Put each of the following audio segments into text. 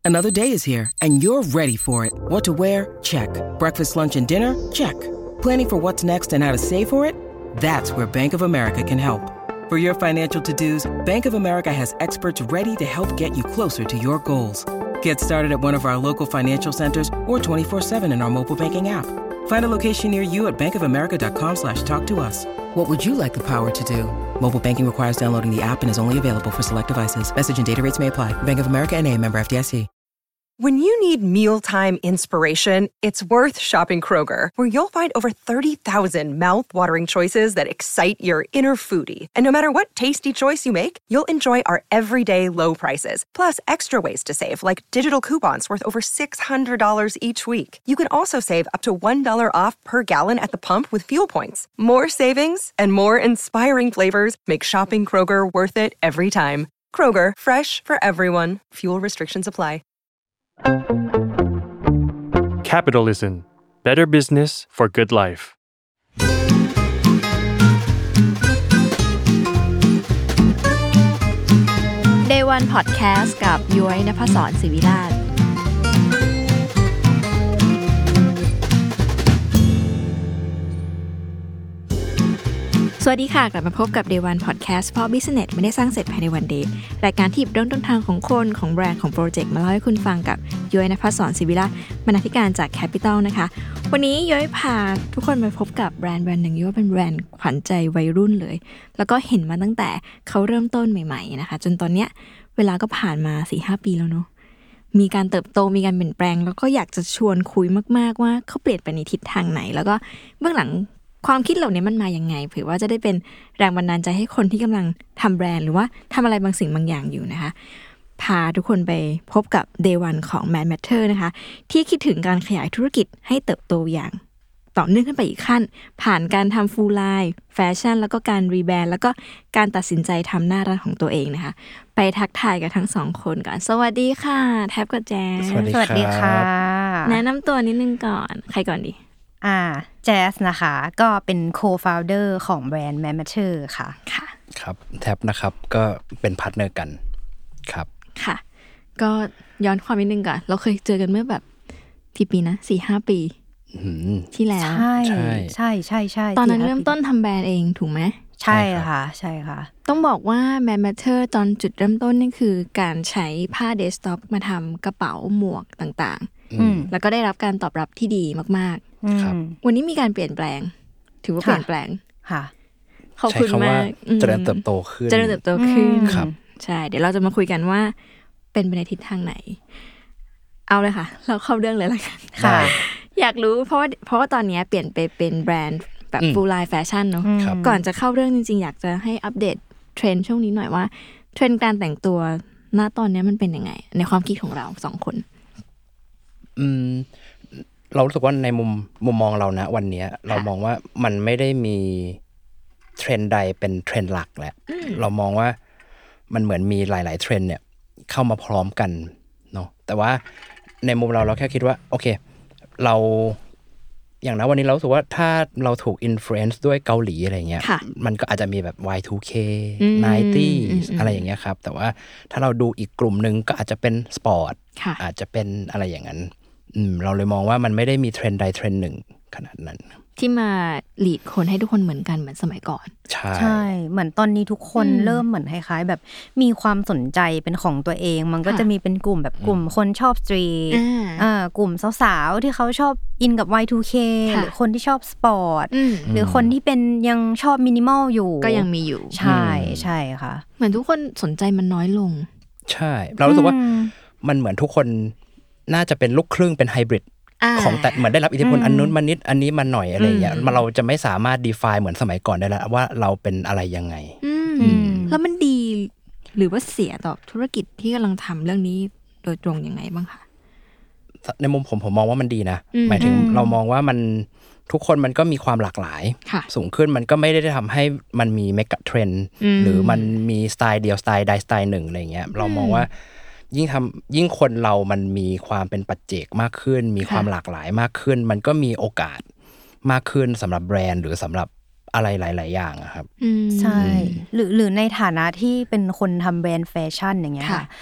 Another day is here, and you're ready for it. What to wear? Check. Breakfast, lunch, and dinner? Check. Planning for what's next and how to save for it? That's where Bank of America can help. For your financial to-dos, Bank of America has experts ready to help get you closer to your goals. Get started at one of our local financial centers or 24/7 in our mobile banking app. Find a location near you at bankofamerica.com/talktous. What would you like the power to do? Mobile banking requires downloading the app and is only available for select devices. Message and data rates may apply. Bank of America N.A., member FDIC. When you need mealtime inspiration, it's worth shopping Kroger, where you'll find over 30,000 mouth-watering choices that excite your inner foodie. And no matter what tasty choice you make, you'll enjoy our everyday low prices, plus extra ways to save, like digital coupons worth over $600 each week. You can also save up to $1 off per gallon at the pump with fuel points. More savings and more inspiring flavors make shopping Kroger worth it every time. Kroger, fresh for everyone. Fuel restrictions apply. Capitalism. Better business for good life. Day One Podcast กับย้อยณภศร ศิวิราชสวัสดีค่ะกลับมาพบกับ Day One Podcast เพราะ Business ไม่ได้สร้างเสร็จภายในวันเดย์รายการที่หยิบเรื่องต้นทางของคนของแบรนด์ของโปรเจกต์มาเล่าให้คุณฟังกับย้อยณภศร ศิวิราชบรรณาธิการจาก Capital นะคะวันนี้ย้อยพาทุกคนมาพบกับแบรนด์หนึ่งย้อยว่าเป็นแบรนด์ขวัญใจวัยรุ่นเลยแล้วก็เห็นมาตั้งแต่เขาเริ่มต้นใหม่ๆนะคะจนตอนเนี้ยเวลาก็ผ่านมา 4-5 ปีแล้วเนาะมีการเติบโตมีการเปลี่ยนแปลงแล้วก็อยากจะชวนคุยมากๆว่าเขาเปลี่ยนไปในทิศทางไหนแล้วก็เบื้องหลังความคิดเหล่านี้มันมายังไงเผื่อว่าจะได้เป็นแรงบันดาลใจให้คนที่กำลังทำแบรนด์หรือว่าทำอะไรบางสิ่งบางอย่างอยู่นะคะพาทุกคนไปพบกับ Day One ของ Man Matter นะคะที่คิดถึงการขยายธุรกิจให้เติบโตอย่างต่อเนื่องขึ้นไปอีกขั้นผ่านการทำ full line แฟชั่นแล้วก็การรีแบรนด์แล้วก็การตัดสินใจทำหน้าร้านของตัวเองนะคะไปทักทายกับทั้งสองคนก่อนสวัสดีค่ะแท็บกับแจ๊สสวัสดีค่ะแนะนำตัวนิดนึงก่อนใครก่อนดีแจ๊สนะคะก็เป็น co-founder ของแบรนด์ Man Matter ค่ะค่ะครับแท็บนะครับก็เป็นพาร์ทเนอร์กันครับค่ะก็ย้อนความนิดนึงก่อนเราเคยเจอกันเมื่อแบบกี่ปีนะ 4-5 ปีที่แล้วใช่ใช่ใช่ใช่ตอนนั้นเริ่มต้นทำแบรนด์เองถูกไหมใช่ค่ะใช่ค่ะต้องบอกว่า Man Matter ตอนจุดเริ่มต้นนี่คือการใช้ผ้าเดสก์ท็อปมาทำกระเป๋าหมวกต่างๆแล้วก็ได้รับการตอบรับที่ดีมากๆวันนี้มีการเปลี่ยนแปลงถือว่าเปลี่ยนแปลงค่ะขอบคุณมากเจริญเติบโตขึ้นครับใช่เดี๋ยวเราจะมาคุยกันว่าเป็นไปในทิศทางไหนเอาเลยค่ะเราเข้าเรื่องเลยละกันค่ะอยากรู้เพราะว่าตอนนี้เปลี่ยนไปเป็นแบรนด์แบบ full line fashion เนาะก่อนจะเข้าเรื่องจริงๆอยากจะให้อัปเดตเทรนด์ช่วงนี้หน่อยว่าเทรนด์การแต่งตัวณตอนนี้มันเป็นยังไงในความคิดของเราสองคนเรารู้สึกว่าในมุมมองเรานะวันนี้เรามองว่ามันไม่ได้มีเทรนด์ใดเป็นเทรนด์หลักแหละเรามองว่ามันเหมือนมีหลายๆเทรนด์เนี่ยเข้ามาพร้อมกันเนาะแต่ว่าในมุมเราแค่คิดว่าโอเคเราอย่างนั้นวันนี้เรารู้สึกว่าถ้าเราถูกอิมโฟเรนซ์ด้วยเกาหลีอะไรเงี้ยมันก็อาจจะมีแบบ Y2K 90s อะไรอย่างเงี้ยครับแต่ว่าถ้าเราดูอีกกลุ่มนึงก็อาจจะเป็นสปอร์ตอาจจะเป็นอะไรอย่างนั้นเราเลยมองว่ามันไม่ได้มีเทรนด์ใดเทรนด์หนึ่งขนาดนั้นที่มาลีดคนให้ทุกคนเหมือนกันเหมือนสมัยก่อนใช่เหมือนตอนนี้ทุกคนเริ่มเหมือนคล้ายๆแบบมีความสนใจเป็นของตัวเองมันก็จะมีเป็นกลุ่มแบบกลุ่มคนชอบสตรีทกลุ่มสาวๆที่เขาชอบอินกับ Y2K หรือคนที่ชอบสปอร์ตหรือคนที่เป็นยังชอบมินิมอลอยู่ก็ยังมีอยู่ใช่ใช่ค่ะเหมือนทุกคนสนใจมันน้อยลงใช่เรารู้สึกว่ามันเหมือนทุกคนน่าจะเป็นลูกครึ่งเป็นไฮบริดของแต่เหมือนได้รับอิทธิพลอันนู้นมานิดอันนี้มาหน่อยอะไรอย่างเงี้ยเราจะไม่สามารถ define เหมือนสมัยก่อนได้แล้วว่าเราเป็นอะไรยังไงแล้วมันดีหรือว่าเสียต่อธุรกิจที่กำลังทำเรื่องนี้โดยตรงยังไงบ้างคะในมุมผมมองว่ามันดีนะหมายถึงเรามองว่ามันทุกคนมันก็มีความหลากหลายสูงขึ้นมันก็ไม่ได้ทำให้มันมีเมกะเทรนด์หรือมันมีสไตล์เดียวสไตล์ใดสไตล์หนึ่งอะไรเงี้ยเรามองว่ายิ่งคนเรามันมีความเป็นปัจเจกมากขึ้นมีความหลากหลายมากขึ้นมันก็มีโอกาสมากขึ้นสำหรับแบรนด์หรือสำหรับอะไรหลายๆอย่างอะครับใช่หรือในฐานะที่เป็นคนทำแบรนด์แฟชั่นอย่างเงี้ยค่ะ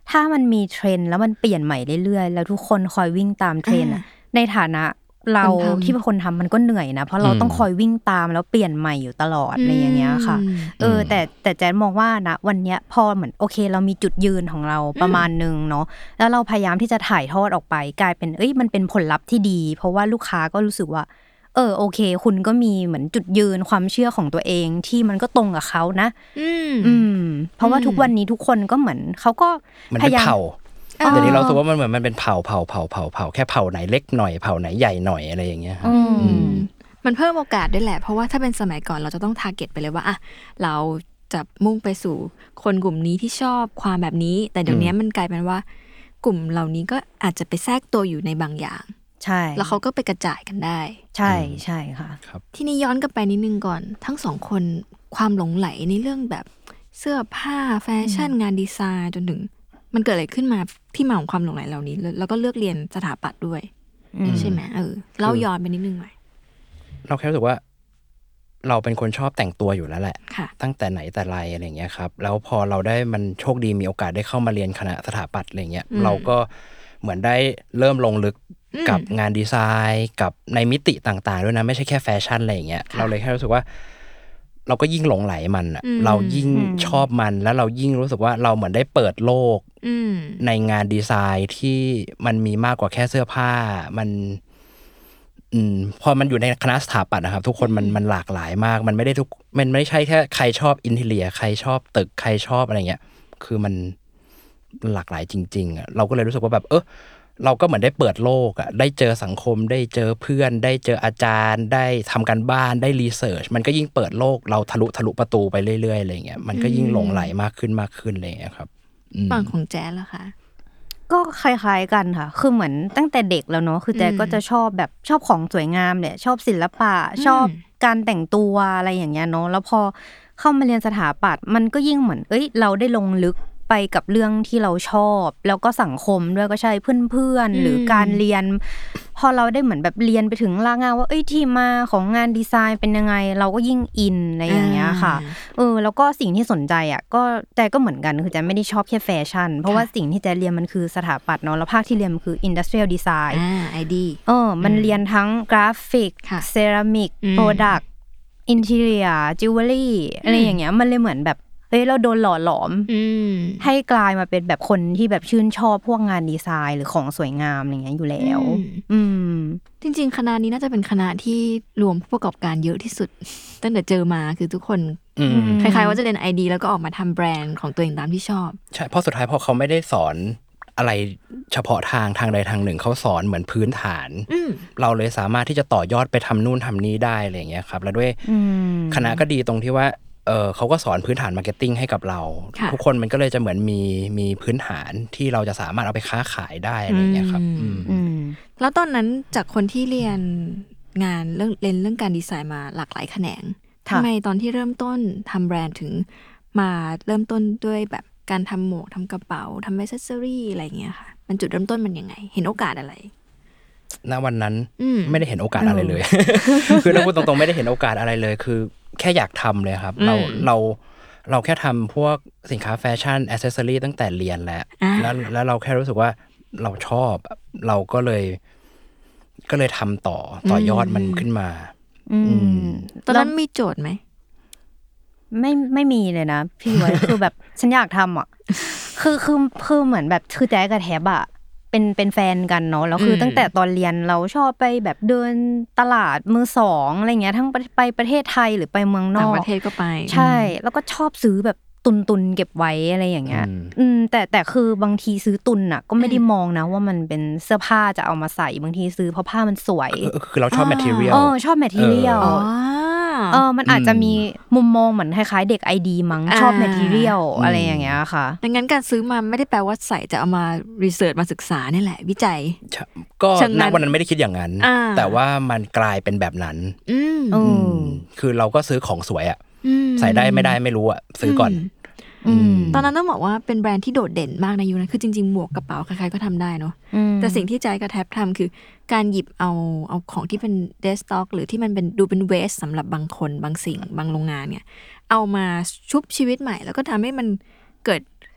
ถ้ามันมีเทรนด์แล้วมันเปลี่ยนใหม่เรื่อยๆแล้วทุกคนคอยวิ่งตามเทรนด์ในฐานะเราที่เป็นคนทำมันก็เหนื่อยนะเพราะเราต้องคอยวิ่งตามแล้วเปลี่ยนใหม่อยู่ตลอดอะไรอย่างเงี้ยค่ะแต่แจนมองว่านะวันเนี้ยพอเหมือนโอเคเรามีจุดยืนของเราประมาณนึงเนาะแล้วเราพยายามที่จะถ่ายทอดออกไปกลายเป็นมันเป็นผลลัพธ์ที่ดีเพราะว่าลูกค้าก็รู้สึกว่าโอเคคุณก็มีเหมือนจุดยืนความเชื่อของตัวเองที่มันก็ตรงกับเขานะเพราะว่าทุกวันนี้ทุกคนก็เหมือนเขาก็พยายามเดี๋ยวนี้เราสึกว่ามันเหมือนมันเป็นเผ่าแค่เผ่าไหนเล็กหน่อยเผ่าไหนใหญ่หน่อยอะไรอย่างเงี้ยมันเพิ่มโอกาสด้วยแหละเพราะว่าถ้าเป็นสมัยก่อนเราจะต้องทาร์เก็ตไปเลยว่าอ่ะเราจะมุ่งไปสู่คนกลุ่มนี้ที่ชอบความแบบนี้แต่เดี๋ยวนี้มันกลายเป็นว่ากลุ่มเหล่านี้ก็อาจจะไปแทรกตัวอยู่ในบางอย่างใช่แล้วเขาก็ไปกระจายกันได้ใช่ใช่ค่ะทีนี้ย้อนกลับไปนิดนึงก่อนทั้งสองคนความหลงใหลในเรื่องแบบเสื้อผ้าแฟชั่นงานดีไซน์จนถึงมันเกิดอะไรขึ้นมาที่มาของความหลงใหลเหล่านี้แล้วก็เลือกเรียนสถาปัตย์ด้วยใช่ไหมเล่าย้อนไปนิดนึงหน่อยเราแค่รู้สึกว่าเราเป็นคนชอบแต่งตัวอยู่แล้วแหละตั้งแต่ไหนแต่ไรอะไรอย่างเงี้ยครับแล้วพอเราได้มันโชคดีมีโอกาสได้เข้ามาเรียนคณะสถาปัตย์อะไรเงี้ยเราก็เหมือนได้เริ่มลงลึกกับงานดีไซน์กับในมิติต่างๆด้วยนะไม่ใช่แค่แฟชั่นอะไรอย่างเงี้ยเราเลยแค่รู้สึกว่าเราก็ยิ่งหลงไหลมันอ่ะเรายิ่งชอบมันแล้วเรายิ่งรู้สึกว่าเราเหมือนได้เปิดโลกในงานดีไซน์ที่มันมีมากกว่าแค่เสื้อผ้ามันพอมันอยู่ในคณะสถาปัตย์นะครับทุกคนมันหลากหลายมากมันไม่ใช่แค่ใครชอบอินทีเรียใครชอบตึกใครชอบอะไรเงี้ยคือมันหลากหลายจริงๆอ่ะเราก็เลยรู้สึกว่าแบบเราก็เหมือนได้เปิดโลกอ่ะได้เจอสังคมได้เจอเพื่อนได้เจออาจารย์ได้ทำการบ้านได้รีเสิร์ชมันก็ยิ่งเปิดโลกเราทะลุประตูไปเรื่อยๆอะไรเงี้ยมันก็ยิ่งหลงไหลมากขึ้นอะไรเงี้ยครับฝั่งของแจ๊สล่ะคะก็คล้ายๆกันค่ะคือเหมือนตั้งแต่เด็กแล้วเนาะคือแจ๊ก็จะชอบของสวยงามเนี่ยชอบศิลปะชอบการแต่งตัวอะไรอย่างเงี้ยเนาะแล้วพอเข้ามาเรียนสถาปัตย์มันก็ยิ่งเหมือนเราได้ลงลึกไปกับเรื่องที่เราชอบแล้วก็สังคมด้วยก็ใช่เพื่อนๆหรือการเรียนพอเราได้เหมือนแบบเรียนไปถึงรากเหง้าว่าที่มาของงานดีไซน์เป็นยังไงเราก็ยิ่งอินอะไรอย่างเงี้ยค่ะแล้วก็สิ่งที่สนใจอ่ะก็แต่ก็เหมือนกันคือจะไม่ได้ชอบแค่แฟชั่นเพราะว่าสิ่งที่จะเรียนมันคือสถาปัตย์เนาะแล้วภาคที่เรียนมันคือ industrial design ID มันเรียนทั้งกราฟิกเซรามิกโปรดักต์อินทีเรียจิวเวลรี่อะไรอย่างเงี้ยมันเลยเหมือนแบบเราโดนหล่อหลอมให้กลายมาเป็นแบบคนที่แบบชื่นชอบพวกงานดีไซน์หรือของสวยงามอะไรเงี้ยอยู่แล้วจริงๆคณะนี้น่าจะเป็นคณะที่รวมผู้ประกอบการเยอะที่สุดตั้งแต่เจอมาคือทุกคนคล้ายๆว่าจะเรียน ID แล้วก็ออกมาทำแบรนด์ของตัวเองตามที่ชอบใช่เพราะสุดท้ายพอเขาไม่ได้สอนอะไรเฉพาะทางใดทางหนึ่งเขาสอนเหมือนพื้นฐานเราเลยสามารถที่จะต่อยอดไปทำนู่นทำนี่ได้อะไรอย่างเงี้ยครับแล้วด้วยคณะก็ดีตรงที่ว่าเขาก็สอนพื้นฐานมาร์เก็ตติ้งให้กับเราทุกคนมันก็เลยจะเหมือนมีพื้นฐานที่เราจะสามารถเอาไปค้าขายได้อะไรอย่างเงี้ยครับแล้วตอนนั้นจากคนที่เรียนงานเรื่องการดีไซน์มาหลากหลายแขนงทำไมตอนที่เริ่มต้นทำแบรนด์ถึงมาเริ่มต้นด้วยแบบการทำหมวกทำกระเป๋าทำแอคเซสซอรี่อะไรอย่างเงี้ยค่ะมันจุดเริ่มต้นมันยังไงเห็นโอกาสอะไรณวันนั้นไม่ได้เห็นโอกาสอะไรเลย คือถ้าพูดตรงๆไม่ได้เห็นโอกาสอะไรเลยคือแค่อยากทำเลยครับเราแค่ทำพวกสินค้าแฟชั่นแอคเซสซอรี่ตั้งแต่เรียนแล้วเราแค่รู้สึกว่าเราชอบเราก็เลยทำต่อยอดมันขึ้นมาตอนนั้นมีโจทย์ไหมไม่มีเลยนะพี่ไว้ คือแบบฉันอยากทำอ่ะคือเหมือนแบบคือแจ๊กับแทบอ่ะเป็นแฟนกันเนาะแล้วคือตั้งแต่ตอนเรียนเราชอบไปแบบเดินตลาดมือสองอะไรเงี้ยทั้งไปประเทศไทยหรือไปเมืองนอกต่างประเทศก็ไปใช่แล้วก็ชอบซื้อแบบตุนเก็บไว้อะไรอย่างเงี้ยแต่คือบางทีซื้อตุนอ่ะก็ไม่ได้มองนะว่ามันเป็นเสื้อผ้าจะเอามาใส่บางทีซื้อเพราะผ้ามันสวยคือเราชอบแมททีเรียลชอบแมททีเรียลมันอาจจะมีมุมมองเหมือนคล้ายๆเด็ก ID มั้งชอบแมททีเรียลอะไรอย่างเงี้ยค่ะดังนั้นการซื้อมาไม่ได้แปลว่าใส่จะเอามารีเสิร์ชมาศึกษานี่แหละวิจัยก็ณวันนั้นไม่ได้คิดอย่างนั้นแต่ว่ามันกลายเป็นแบบนั้นคือเราก็ซื้อของสวยอ่ะใส่ได้ไม่ได้ไม่รู้อ่ะซื้อก่อนตอนนั้นต้องบอกว่าเป็นแบรนด์ที่โดดเด่นมากในยุคนั้นคือจริงๆหมวกกระเป๋าใครๆก็ทำได้เนาะแต่สิ่งที่ใจกับแท็บทำคือการหยิบเอาของที่เป็นเดสต็อกหรือที่มันเป็นดูเป็นเวสสำหรับบางคนบางสิ่งบางโรงงานเนี่ยเอามาชุบชีวิตใหม่แล้วก็ทำให้มันเกิด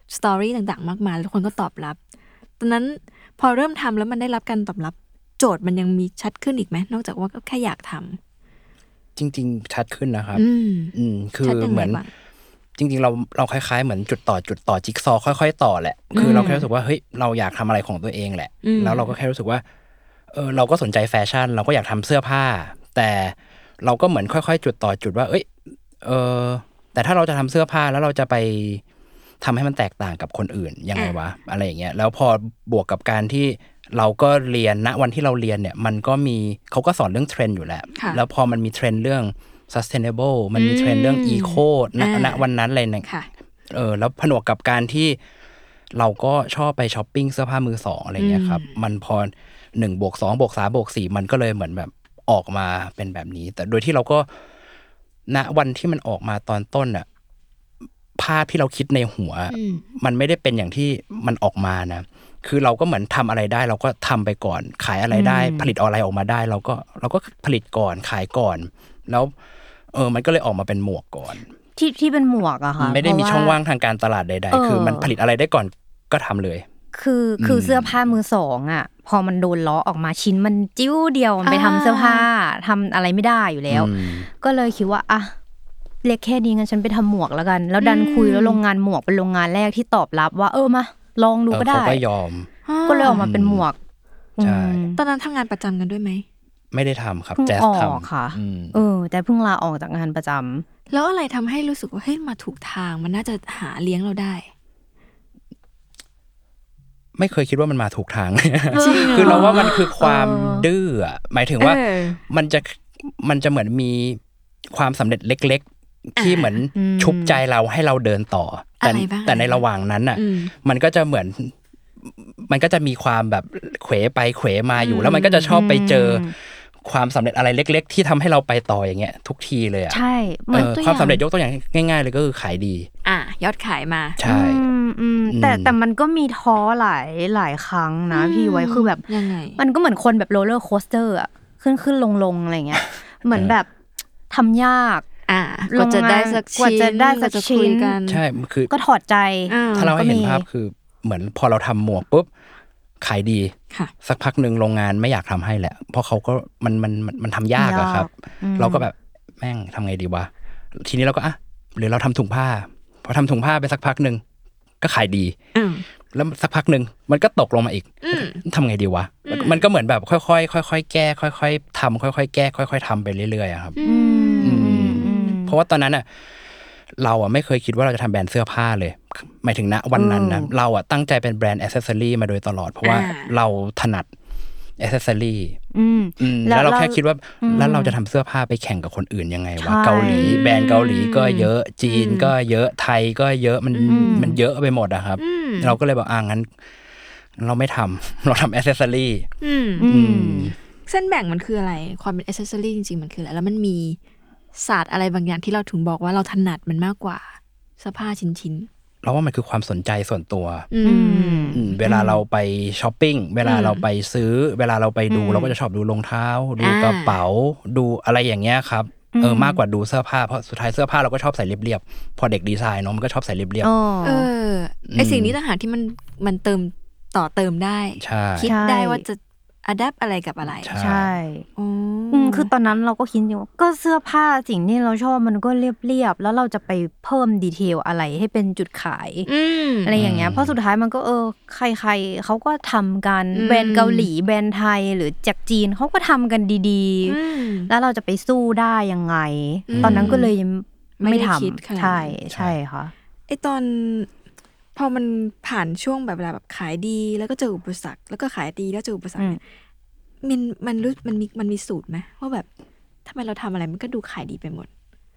สตอรี่ต่างๆมากมายแล้วคนก็ตอบรับตอนนั้นพอเริ่มทำแล้วมันได้รับการตอบรับโจทย์มันยังมีชัดขึ้นอีกไหมนอกจากว่าก็แค่อยากทำจริงๆชัดขึ้นนะครับคือเหมือนจริงๆเราคล้ายๆเหมือนจุดต่อจิ๊กซอว์ค่อยๆต่อแหละคือเราแค่รู้สึกว่าเฮ้ยเราอยากทำอะไรของตัวเองแหละแล้วเราก็แค่รู้สึกว่าเราก็สนใจแฟชั่นเราก็อยากทำเสื้อผ้าแต่เราก็เหมือนค่อยๆจุดต่อจุดว่าแต่ถ้าเราจะทำเสื้อผ้าแล้วเราจะไปทำให้มันแตกต่างกับคนอื่นยังไงวะอะไรอย่างเงี้ยแล้วพอบวกกับการที่เราก็เรียนณวันที่เราเรียนเนี่ยมันก็มีเขาก็สอนเรื่องเทรนด์อยู่แล้วแล้วพอมันมีเทรนด์เรื่อง sustainable มันมีเทรนด์เรื่อง eco ณวันนั้นเลยเนี่ยแล้วผนวกกับการที่เราก็ชอบไปช้อปปิ้งเสื้อผ้ามือสองอะไรเงี้ยครับมันพอ1+2+3+4มันก็เลยเหมือนแบบออกมาเป็นแบบนี้แต่โดยที่เราก็ณวันที่มันออกมาตอนต้นอ่ะภาพที่เราคิดในหัวมันไม่ได้เป็นอย่างที่มันออกมานะคือเราก็เหมือนทำอะไรได้เราก็ทำไปก่อนขายอะไรได้ผลิตอะไรออกมาได้เราก็ผลิตก่อนขายก่อนแล้วมันก็เลยออกมาเป็นหมวกก่อนที่เป็นหมวกอะค่ะไม่ได้มีช่องว่างทางการตลาดใดๆคือมันผลิตอะไรได้ก่อนก็ทำเลยคือเสื้อผ้ามือสองอ่ะพอมันโดนล้อออกมาชิ้นมันจิ้วเดียวมันไปทำเสื้อผ้าทำอะไรไม่ได้อยู่แล้วก็เลยคิดว่าอ่ะเล็กแค่นี้งั้นฉันไปทำหมวกแล้วกันแล้วดันคุยแล้วโรงงานหมวกเป็นโรงงานแรกที่ตอบรับว่ามาลองดูก็ได้เขาก็ยอมก็เลยออกมาเป็นหมวกใช่ตอนนั้นทำงานประจำกันด้วยไหมไม่ได้ทำครับแจ๊สทำค่ะแต่เพิ่งลาออกจากงานประจำแล้วอะไรทำให้รู้สึกว่าเฮ้ยมาถูกทางมันน่าจะหาเลี้ยงเราได้ไม่เคยคิดว่ามันมาถูกทาง คือเราว่ามันคือความดื้อหมายถึงว่ามันจะเหมือนมีความสำเร็จเล็กๆที่เหมือนชุบใจเราให้เราเดินต่อแต่ในระหว่างนั้นอ่ะมันก็จะเหมือนมันก็จะมีความแบบเขวไปเขวมาอยู่แล้วมันก็จะชอบไปเจอความสำเร็จอะไรเล็กๆที่ทำให้เราไปต่ออย่างเงี้ยทุกทีเลยอ่ะใช่ความสำเร็จยกตัวอย่างง่ายๆเลยก็คือขายดียอดขายมาใช่แต่มันก็มีท้อหลายครั้งนะพี่ไว้คือแบบยังไงมันก็เหมือนคนแบบโรลเลอร์โคสเตอร์อ่ะขึ้นลงอะไรเงี้ยเหมือนแบบทำยากกว่าจะได้สักชิ้นใช่คือก็ถอดใจถ้าเราให้เห็นภาพคือเหมือนพอเราทำหมวกปุ๊บขายดีสักพักนึงโรงงานไม่อยากทำให้แหละเพราะเขาก็มันทำยากอะครับเราก็แบบแม่งทำไงดีวะทีนี้เราก็หรือเราทำถุงผ้าพอทำถุงผ้าไปสักพักนึงก็ขายดีแล้วสักพักนึงมันก็ตกลงมาอีกทำไงดีวะมันก็เหมือนแบบค่อยๆแก้ค่อยๆทำค่อยๆแก้ค่อยๆทำไปเรื่อยๆครับเพราะว่าตอนนั้นอะเราไม่เคยคิดว่าเราจะทำแบรนด์เสื้อผ้าเลยหมายถึงณวันนั้นนะเราตั้งใจเป็นแบรนด์แอคเซสซอรี่มาโดยตลอดเพราะว่าเราถนัดแอคเซสซอรี่แล้วเราแค่คิดว่าแล้วเราจะทำเสื้อผ้าไปแข่งกับคนอื่นยังไงวะเกาหลีแบรนด์เกาหลีก็เยอะจีนก็เยอะไทยก็เยอะมันเยอะไปหมดอะครับเราก็เลยบอกงั้นเราไม่ทำเราทำแอคเซสซอรี่เส้นแบ่งมันคืออะไรความเป็นแอคเซสซอรี่จริงๆมันคืออะไรแล้วมันมีศาสตร์อะไรบางอย่างที่เราถึงบอกว่าเราถนัดมันมากกว่าเสื้อผ้าชิ้นๆเราว่ามันคือความสนใจส่วนตัวเวลาเราไปช้อปปิ้งเวลาเราไปซื้อเวลาเราไปดูเราก็จะชอบดูรองเท้าดูกระเป๋าดูอะไรอย่างเงี้ยครับมากกว่าดูเสื้อผ้าเพราะสุดท้ายเสื้อผ้าเราก็ชอบใส่เรียบๆพอเด็กดีไซน์เนาะมันก็ชอบใส่เรียบๆไอสิ่งนี้ต่างหากที่มันเติมต่อเติมได้คิดได้ว่าจะอะแดปอะไรกับอะไรใช่คือตอนนั้นเราก็คิดอยู่ก็เสื้อผ้าสิ่งที่เราชอบมันก็เรียบๆแล้วเราจะไปเพิ่มดีเทลอะไรให้เป็นจุดขายอะไรอย่างเงี้ยเพราะสุดท้ายมันก็ใครๆเขาก็ทำกันแบรนด์เกาหลีแบรนด์ไทยหรือจากจีนเขาก็ทำกันดีๆแล้วเราจะไปสู้ได้ยังไงตอนนั้นก็เลยไม่ทำใช่ค่ะไอตอนพอมันผ่านช่วงแบบเวลาแบบขายดีแล้วก็เจออุปสรรคแล้วก็ขายดีแล้วเจออุปสรรคเนี่ยมันมีสูตรไหมว่าแบบทำไมเราทำอะไรมันก็ดูขายดีไปหมด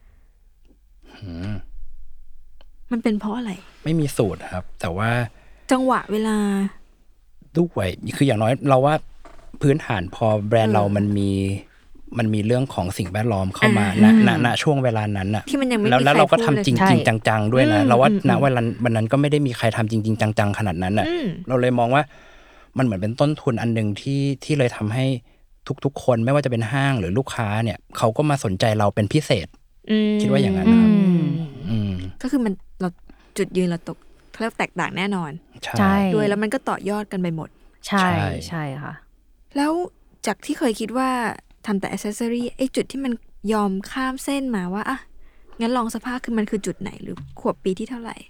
มันเป็นเพราะอะไรไม่มีสูตรครับแต่ว่าจังหวะเวลาด้วยคืออย่างน้อยเราว่าพื้นฐานพอแบรนด์เรามันมีเรื่องของสิ่งแวดล้อมเข้ามาณช่วงเวลานั้นน่ะแล้วเราก็ทำจริงๆจังๆด้วยนะเราว่าณวันนั้นก็ไม่ได้มีใครทำจริงๆจังๆขนาดนั้นน่ะเราเลยมองว่ามันเหมือนเป็นต้นทุนอันนึงที่เลยทำให้ทุกๆคนไม่ว่าจะเป็นห้างหรือลูกค้าเนี่ยเขาก็มาสนใจเราเป็นพิเศษคิดว่าอย่างนั้นนะครับก็คือมันเราจุดยืนเราตเริ่มแตกต่างแน่นอนใช่ด้วยแล้วมันก็ต่อยอดกันไปหมดใช่ใช่ค่ะแล้วจากที่เคยคิดว่าทำแต่แอคเซสซอรี่ไอ้จุดที่มันยอมข้ามเส้นมาว่าอ่ะงั้นลองเสื้อผ้าคือมันคือจุดไหนหรือขวบปีที่เท่าไหร่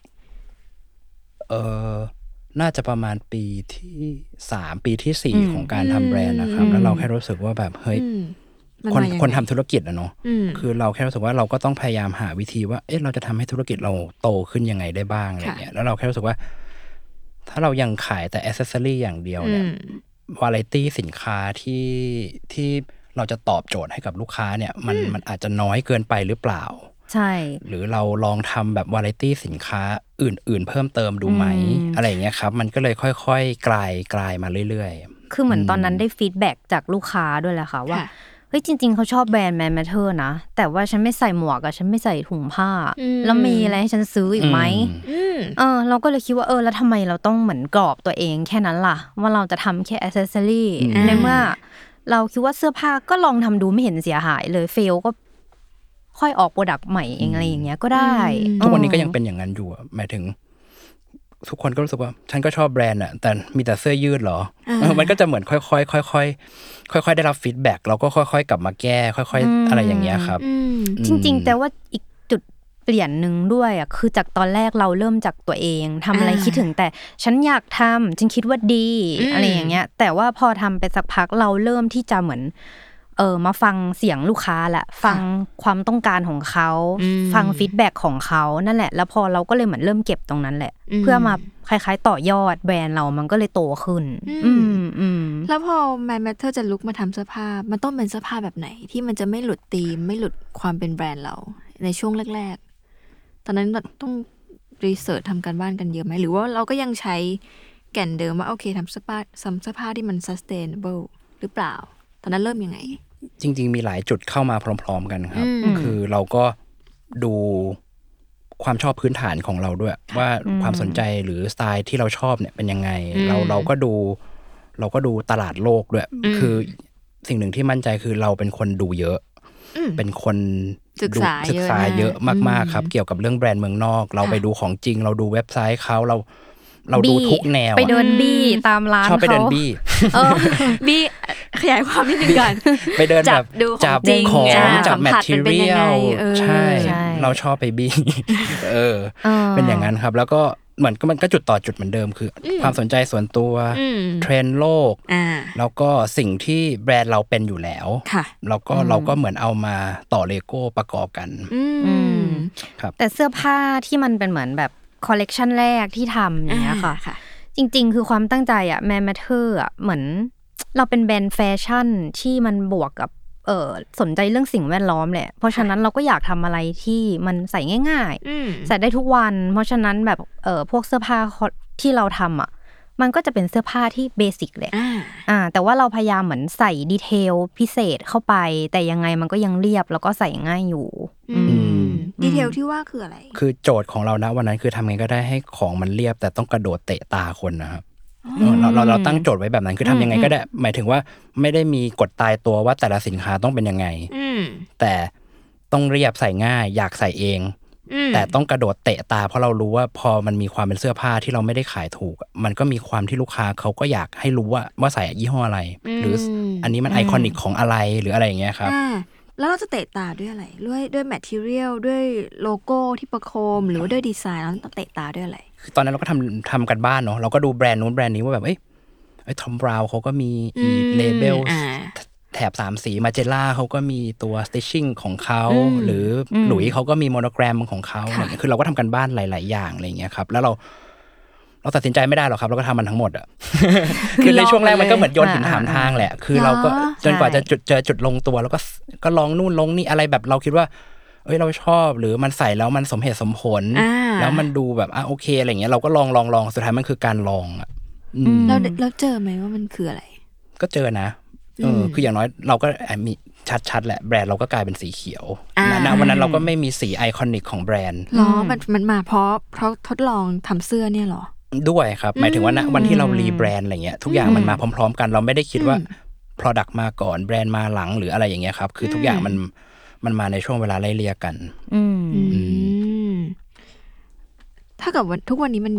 น่าจะประมาณปีที่3ปีที่4ของการทำแบรนด์นะครับแล้วเราแค่รู้สึกว่าแบบเฮ้ยคนทำธุรกิจอะเนาะคือเราแค่รู้สึกว่าเราก็ต้องพยายามหาวิธีว่าเอ๊ะเราจะทำให้ธุรกิจเราโตขึ้นยังไงได้บ้างอะไรเงี้ยแล้วเราแค่รู้สึกว่าถ้าเรายังขายแต่แอคเซสซอรี่อย่างเดียวเนี่ยวาไรตี้สินค้าที่เราจะตอบโจทย์ให้กับลูกค้าเนี่ยมันอาจจะน้อยเกินไปหรือเปล่าใช่หรือเราลองทำแบบวาไรตี้สินค้าอื่นๆเพิ่มเติมดูไหมอะไรอย่างเงี้ยครับมันก็เลยค่อยๆกลายมาเรื่อยๆคือเหมือนตอนนั้นได้ฟีดแบ็กจากลูกค้าด้วยแหละค่ะว่าเฮ้ยจริงๆเขาชอบแบรนด์แมนแมทเทอร์นะแต่ว่าฉันไม่ใส่หมวกกับฉันไม่ใส่ถุงผ้าแล้วมีอะไรให้ฉันซื้ออีกไหมเราก็เลยคิดว่าแล้วทำไมเราต้องเหมือนกรอบตัวเองแค่นั้นล่ะว่าเราจะทำแค่แอคเซสซอรี่ในเมื่อเราคิดว่าเสื้อผ้าก็ลองทำดูไม่เห็นเสียหายเลยเฟลก็ค่อยออกโปรดักต์ใหม่เองอะไรอย่างเงี้ยก็ได้ทุกวันนี้ก็ยังเป็นอย่างนั้นอยู่หมายถึงทุกคนก็รู้สึกว่าฉันก็ชอบแบรนด์อ่ะแต่มีแต่เสื้อยืดเหรอมันก็จะเหมือนค่อยๆได้รับฟีดแบ็กเราก็ค่อยๆกลับมาแก้ค่อยๆอะไรอย่างเงี้ยครับจริงๆแต่ว่าอีกจุดเปลี่ยนนึงด้วยอ่ะคือจากตอนแรกเราเริ่มจากตัวเองทำอะไรคิดถึงแต่ฉันอยากทำฉันคิดว่าดีอะไรอย่างเงี้ยแต่ว่าพอทำไปสักพักเราเริ่มที่จะเหมือนมาฟังเสียงลูกค้าแหละฟังความต้องการของเขาฟังฟีดแบ็กของเขานั่นแหละแล้วพอเราก็เลยเหมือนเริ่มเก็บตรงนั้นแหละเพื่อมาคล้ายๆต่อยอดแบรนด์เรามันก็เลยโตขึ้นแล้วพอ Man Matter จะลุกมาทำเสื้อผ้ามันต้องเป็นเสื้อผ้าแบบไหนที่มันจะไม่หลุดธีมไม่หลุดความเป็นแบรนด์เราในช่วงแรกๆตอนนั้นต้องรีเสิร์ชทำการบ้านกันเยอะไหมหรือว่าเราก็ยังใช้แก่นเดิมว่าโอเคทำเสื้อผ้าที่มัน sustainable หรือเปล่าตอนนั้นเริ่มยังไงจริงๆมีหลายจุดเข้ามาพร้อมๆกันครับคือเราก็ดูความชอบพื้นฐานของเราด้วยว่าความสนใจหรือสไตล์ที่เราชอบเนี่ยเป็นยังไงเราก็ดูตลาดโลกด้วยคือสิ่งหนึ่งที่มั่นใจคือเราเป็นคนดูเยอะเป็นคนศึกษาเยอะมากๆครับเกี่ยวกับเรื่องแบรนด์เมืองนอกเราไปดูของจริงเราดูเว็บไซต์เขาเราดูทุกแนวไปเดินบี้ตามร้านเขาชอบไปเดินบี้บี้ขยายความนิดนึงก่อนไปเดินแบบจับของจับแมททีเรียลใช่เราชอบไปบี้เป็นอย่างนั้นครับแล้วก็เหมือนมันก็จุดต่อจุดเหมือนเดิมคือความสนใจส่วนตัวเทรนด์โลกแล้วก็สิ่งที่แบรนด์เราเป็นอยู่แล้วแล้วก็เราก็เหมือนเอามาต่อเลโก้ประกอบกันครับแต่เสื้อผ้าที่มันเป็นเหมือนแบบคอลเลกชันแรกที่ทำอย่างเงี้ยค่ะจริงๆคือความตั้งใจอะMan Matterอะเหมือนเราเป็นแบรนด์แฟชั่นที่มันบวกกับสนใจเรื่องสิ่งแวดล้อมแหละเพราะฉะนั้นเราก็อยากทำอะไรที่มันใส่ง่ายๆใส่ได้ทุกวันเพราะฉะนั้นแบบพวกเสื้อผ้าที่เราทำอะมันก็จะเป็นเสื้อผ้าที่เบสิกแหละแต่ว่าเราพยายามเหมือนใส่ดีเทลพิเศษเข้าไปแต่ยังไงมันก็ยังเรียบแล้วก็ใส่ง่ายอยู่ดีเทลที่ว่าคืออะไรคือโจทย์ของเรานะวันนั้นคือทำไงก็ได้ให้ของมันเรียบแต่ต้องกระโดดเตะตาคนนะครับเราตั้งโจทย์ไว้แบบนั้นคือทำยังไงก็ได้หมายถึงว่าไม่ได้มีกฎตายตัวว่าแต่ละสินค้าต้องเป็นยังไงแต่ต้องเรียบใส่ง่ายอยากใส่เองแต่ต้องกระโดดเตะตาเพราะเรารู้ว่าพอมันมีความเป็นเสื้อผ้าที่เราไม่ได้ขายถูกมันก็มีความที่ลูกค้าเขาก็อยากให้รู้ว่าใส่ยี่ห้ออะไรหรืออันนี้มันไอคอนิกของอะไรหรืออะไรอย่างเงี้ยครับแล้วเราจะเตะตาด้วยอะไรด้วยแมททีเรียลด้วยโลโก้ที่ประโคมหรือว่าด้วยดีไซน์เราต้องเตะตาด้วยอะไรคือตอนนั้นเราก็ทำกันบ้านเนาะเราก็ดูแบรนด์นู้นแบรนด์นี้ว่าแบบทอมบราวน์เขาก็มีเลเบลแถบ3สีมาเจล่าเขาก็มีตัวสติชชิ่งของเขาหรือหลุยเขาก็มีโมโนแกรมของเขาอะไรเงี้ยคือเราก็ทำกันบ้านหลายๆอย่างอะไรเงี้ยครับแล้วเราตัดสินใจไม่ได้หรอกครับเราก็ทำมันทั้งหมดอ่ะคือในช่วงแรกมันก็เหมือนโยนหินถามทางแหละคือเราก็จนกว่าจะเจอจุดลงตัวแล้วก็ลองนู่นลองนี่อะไรแบบเราคิดว่าเราชอบหรือมันใส่แล้วมันสมเหตุสมผลแล้วมันดูแบบโอเคอะไรเงี้ยเราก็ลองสุดท้ายมันคือการลองอ่ะแล้วเจอไหมว่ามันคืออะไรก็เจอนะคืออย่างน้อยเราก็มีชัดๆแหละแบรนด์เราก็กลายเป็นสีเขียวนะวันนั้นเราก็ไม่มีสีไอคอนิกของแบรนด์มันมาเพราะทดลองทำเสื้อเนี่ยหรอด้วยครับหมายถึงว่าณวันที่เรารีแบรนด์อะไรเงี้ยทุกอย่างมันมาพร้อมๆกันเราไม่ได้คิดว่า product มาก่อนแบรนด์มาหลังหรืออะไรอย่างเงี้ยครับคือทุกอย่างมันมาในช่วงเวลาไล่เลี่ยกันถ้ากับทุกวันนี้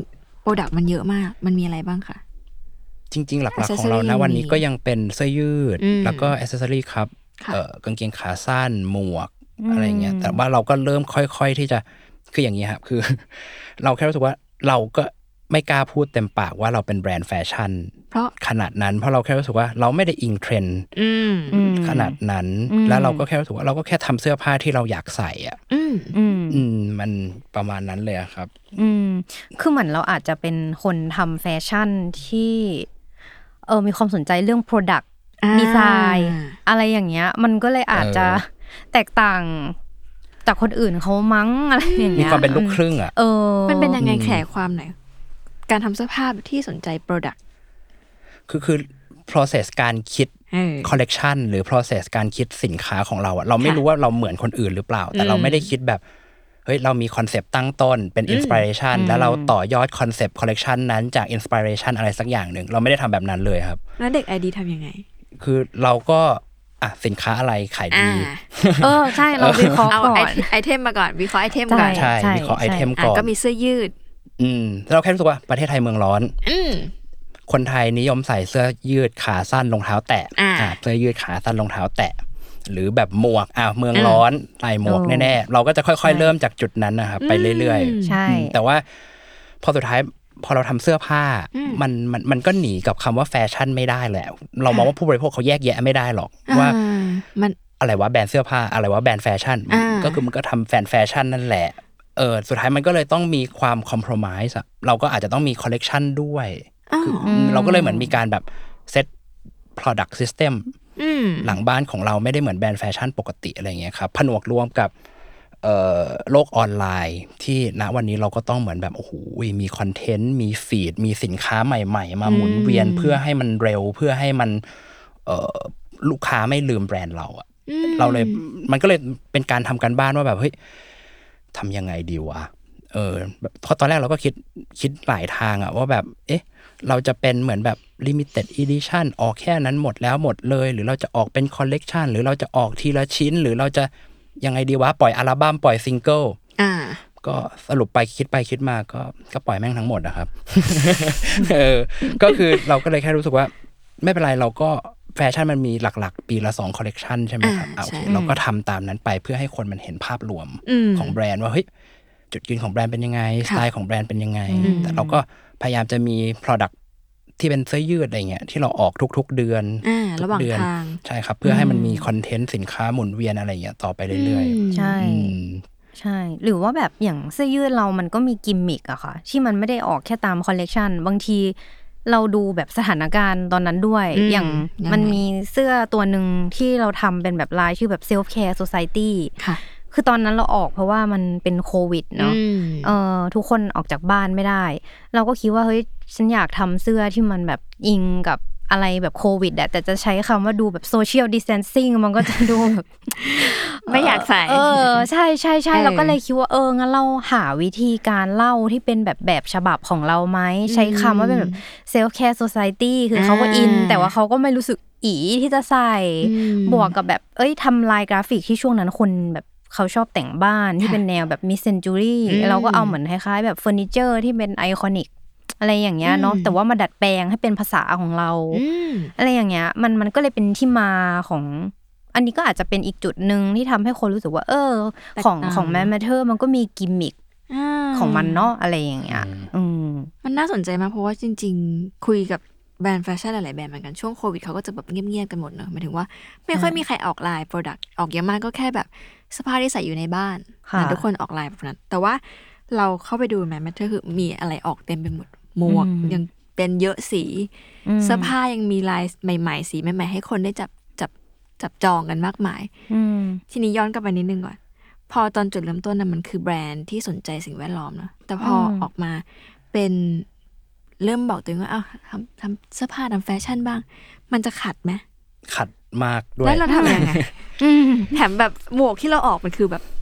product มันเยอะมากมันมีอะไรบ้างคะจริงๆหลักๆของเรานะวันนี้ก็ยังเป็นเสื้อยืดแล้วก็แอคเซสซอรี่ครับกางเกงขาสั้นหมวกอะไรเงี้ยแต่ว่าเราก็เริ่มค่อยๆที่จะคืออย่างนี้ครับคือเราแค่รู้สึกว่าเราก็ไม่กล้าพูดเต็มปากว่าเราเป็นแบรนด์แฟชั่นเพราะขนาดนั้นเพราะเราแค่รู้สึกว่าเราไม่ได้อิงเทรนด์ขนาดนั้นแล้วเราก็แค่รู้สึกว่าเราก็แค่ทำเสื้อผ้าที่เราอยากใส่อ่ะมันประมาณนั้นเลยครับคือเหมือนเราอาจจะเป็นคนทำแฟชั่นที่มีความสนใจเรื่อง product design อะไรอย่างเงี้ยมันก็เลยอาจจะแตกต่างจากคนอื่นเขามั้งอะไรอย่างเงี้ยมีความเป็นลูกครึ่งอ่ะมันเป็นยังไงแขกความหน่อยการทำเสื้อผ้าที่สนใจ product คือ process การคิด collection หรือ process การคิดสินค้าของเราอ่ะเราไม่รู้ว่าเราเหมือนคนอื่นหรือเปล่าแต่เราไม่ได้คิดแบบเฮ้ยเรามีคอนเซปต์ตั้งต้นเป็น inspiration แล้วเราต่อยอดคอนเซปต์ collection นั้นจาก inspiration อะไรสักอย่างหนึ่งเราไม่ได้ทำแบบนั้นเลยครับแล้วเด็ก ID ทำยังไงคือเราก็สินค้าอะไรขายดีใช่เราวิเคราะห์ก่อนไอเทมมาก่อนวิเคราะห์ไอเทมก่อนใช่วิเคราะห์ไอเทมก่อนก็มีเสื้อยืดเราแค่รู้สึกว่าประเทศไทยเมืองร้อนคนไทยนิยมใส่เสื้อยืดขาสั้นรองเท้าแตะเสื้อยืดขาสั้นรองเท้าแตะหรือแบบหมวกเมืองร้อนใส่หมวกแน่ๆเราก็จะค่อยๆเริ่มจากจุดนั้นนะครับไปเรื่อยๆใช่แต่ว่าพอสุดท้ายพอเราทำเสื้อผ้ามันก็หนีกับคำว่าแฟชั่นไม่ได้แหละเรามองว่าผู้บริโภคเขาแยกแยะไม่ได้หรอกว่ามันอะไรวะแบรนด์เสื้อผ้าอะไรวะแบรนด์แฟชั่นก็คือมันก็ทำแฟชั่นนั่นแหละสุดท้ายมันก็เลยต้องมีความคอมโพรไมซ์เราก็อาจจะต้องมีคอลเลกชันด้วยคือเราก็เลยเหมือนมีการแบบเซต product system หลังบ้านของเราไม่ได้เหมือนแบรนด์แฟชั่นปกติอะไรเงี้ยครับผนวกรวมกับโลกออนไลน์ที่ณวันนี้เราก็ต้องเหมือนแบบโอ้โหมีคอนเทนต์มีฟีดมีสินค้าใหม่ๆมาหมุนเวียนเพื่อให้มันเร็วเพื่อให้มันลูกค้าไม่ลืมแบรนด์เราอ่ะเราเลยมันก็เลยเป็นการทำกันบ้านว่าแบบเฮ้ยทำยังไงดีวะเพราะตอนแรกเราก็คิดหลายทางอ่ะว่าแบบเราจะเป็นเหมือนแบบ limited edition ออกแค่นั้นหมดแล้วหมดเลยหรือเราจะออกเป็น collection หรือเราจะออกทีละชิ้นหรือเราจะยังไงดีวะปล่อยอัลบั้มปล่อยซิงเกิลก็สรุปไปคิดมาก็ปล่อยแม่งทั้งหมดนะครับ ก็คือเราก็เลยแค่รู้สึกว่าไม่เป็นไรเราก็แฟชั่นมันมีหลักๆปีละ2คอลเลกชันใช่ไหมครับโอเคเราก็ทำตามนั้นไปเพื่อให้คนมันเห็นภาพรวมของแบรนด์ว่าเฮ้ยจุดยืนของแบรนด์เป็นยังไงสไตล์ของแบรนด์เป็นยังไงแต่เราก็พยายามจะมี product ที่เป็นเสื้อยืดอะไรเงี้ยที่เราออกทุกๆเดือนระหว่างทางใช่ครับเพื่อให้มันมีคอนเทนต์สินค้าหมุนเวียนอะไรเงี้ยต่อไปเรื่อยๆใช่ใช่หรือว่าแบบอย่างเสื้อยืดเรามันก็มีกิมมิคอะค่ะที่มันไม่ได้ออกแค่ตามคอลเลกชันบางทีเราดูแบบสถานการณ์ตอนนั้นด้วยอย่างมันมีเสื้อตัวนึงที่เราทำเป็นแบบลายชื่อแบบ Self Care Society ค่ะคือตอนนั้นเราออกเพราะว่ามันเป็นโควิดเนาะทุกคนออกจากบ้านไม่ได้เราก็คิดว่าเฮ้ยฉันอยากทำเสื้อที่มันแบบอิงกับอะไรแบบโควิดอะแต่จะใช้คำว่าดูแบบโซเชียลดิสแทนซิ่งมันก็จะดูแบบไม่อยากใส่ใช่ใช่ใช่เราก็เลยคิดว่างั้นเราหาวิธีการเล่าที่เป็นแบบฉบับของเราไหมใช้คำว่าเป็นแบบ Self Care Society คือเขาก็อินแต่ว่าเขาก็ไม่รู้สึกอีที่จะใส่บวกกับแบบทำลายกราฟิกที่ช่วงนั้นคนแบบเขาชอบแต่งบ้านที่เป็นแนวแบบมิดเซนจูรี่เราก็เอาเหมือนคล้ายๆแบบเฟอร์นิเจอร์ที่เป็นไอคอนิกอะไรอย่างเงี้ยเนาะแต่ว่ามาดัดแปลงให้เป็นภาษาของเราอะไรอย่างเงี้ยมันก็เลยเป็นที่มาของอันนี้ก็อาจจะเป็นอีกจุดนึงที่ทำให้คนรู้สึกว่าของแมทเทอร์มันก็มีกิมมิคของมันเนาะอะไรอย่างเงี้ยมันน่าสนใจมากเพราะว่าจริงๆคุยกับแบรนด์แฟชั่นหลายๆแบรนด์เหมือนกันช่วงโควิดเขาก็จะแบบเงียบๆกันหมดเนอะหมายถึงว่าไม่ค่อยมีใครออกไลน์โปรดักต์ออกเยอะมากก็แค่แบบเสื้อผ้าที่ใส่อยู่ในบ้านทุกคนออกไลน์แบบนั้นแต่ว่าเราเข้าไปดูแมทเทอร์คือมีอะไรออกเต็มไปหมดหมวกยังเป็นเยอะสีเสื้อผ้ายังมีลายใหม่ๆสีใหม่ๆให้คนได้จับจองกันมากมายทีนี้ย้อนกลับไปนิดนึงก่อนพอตอนจุดเริ่มต้นน่ะมันคือแบรนด์ที่สนใจสิ่งแวดล้อมเนาะแต่พอออกมาเป็นเริ่มบอกตัวเองว่าทำเสื้อผ้าทำแฟชั่นบ้างมันจะขัดไหมขัดมากด้วยแล้วเราทำยังไงแถมแบบหมวกที่เราออกมันคือแบบ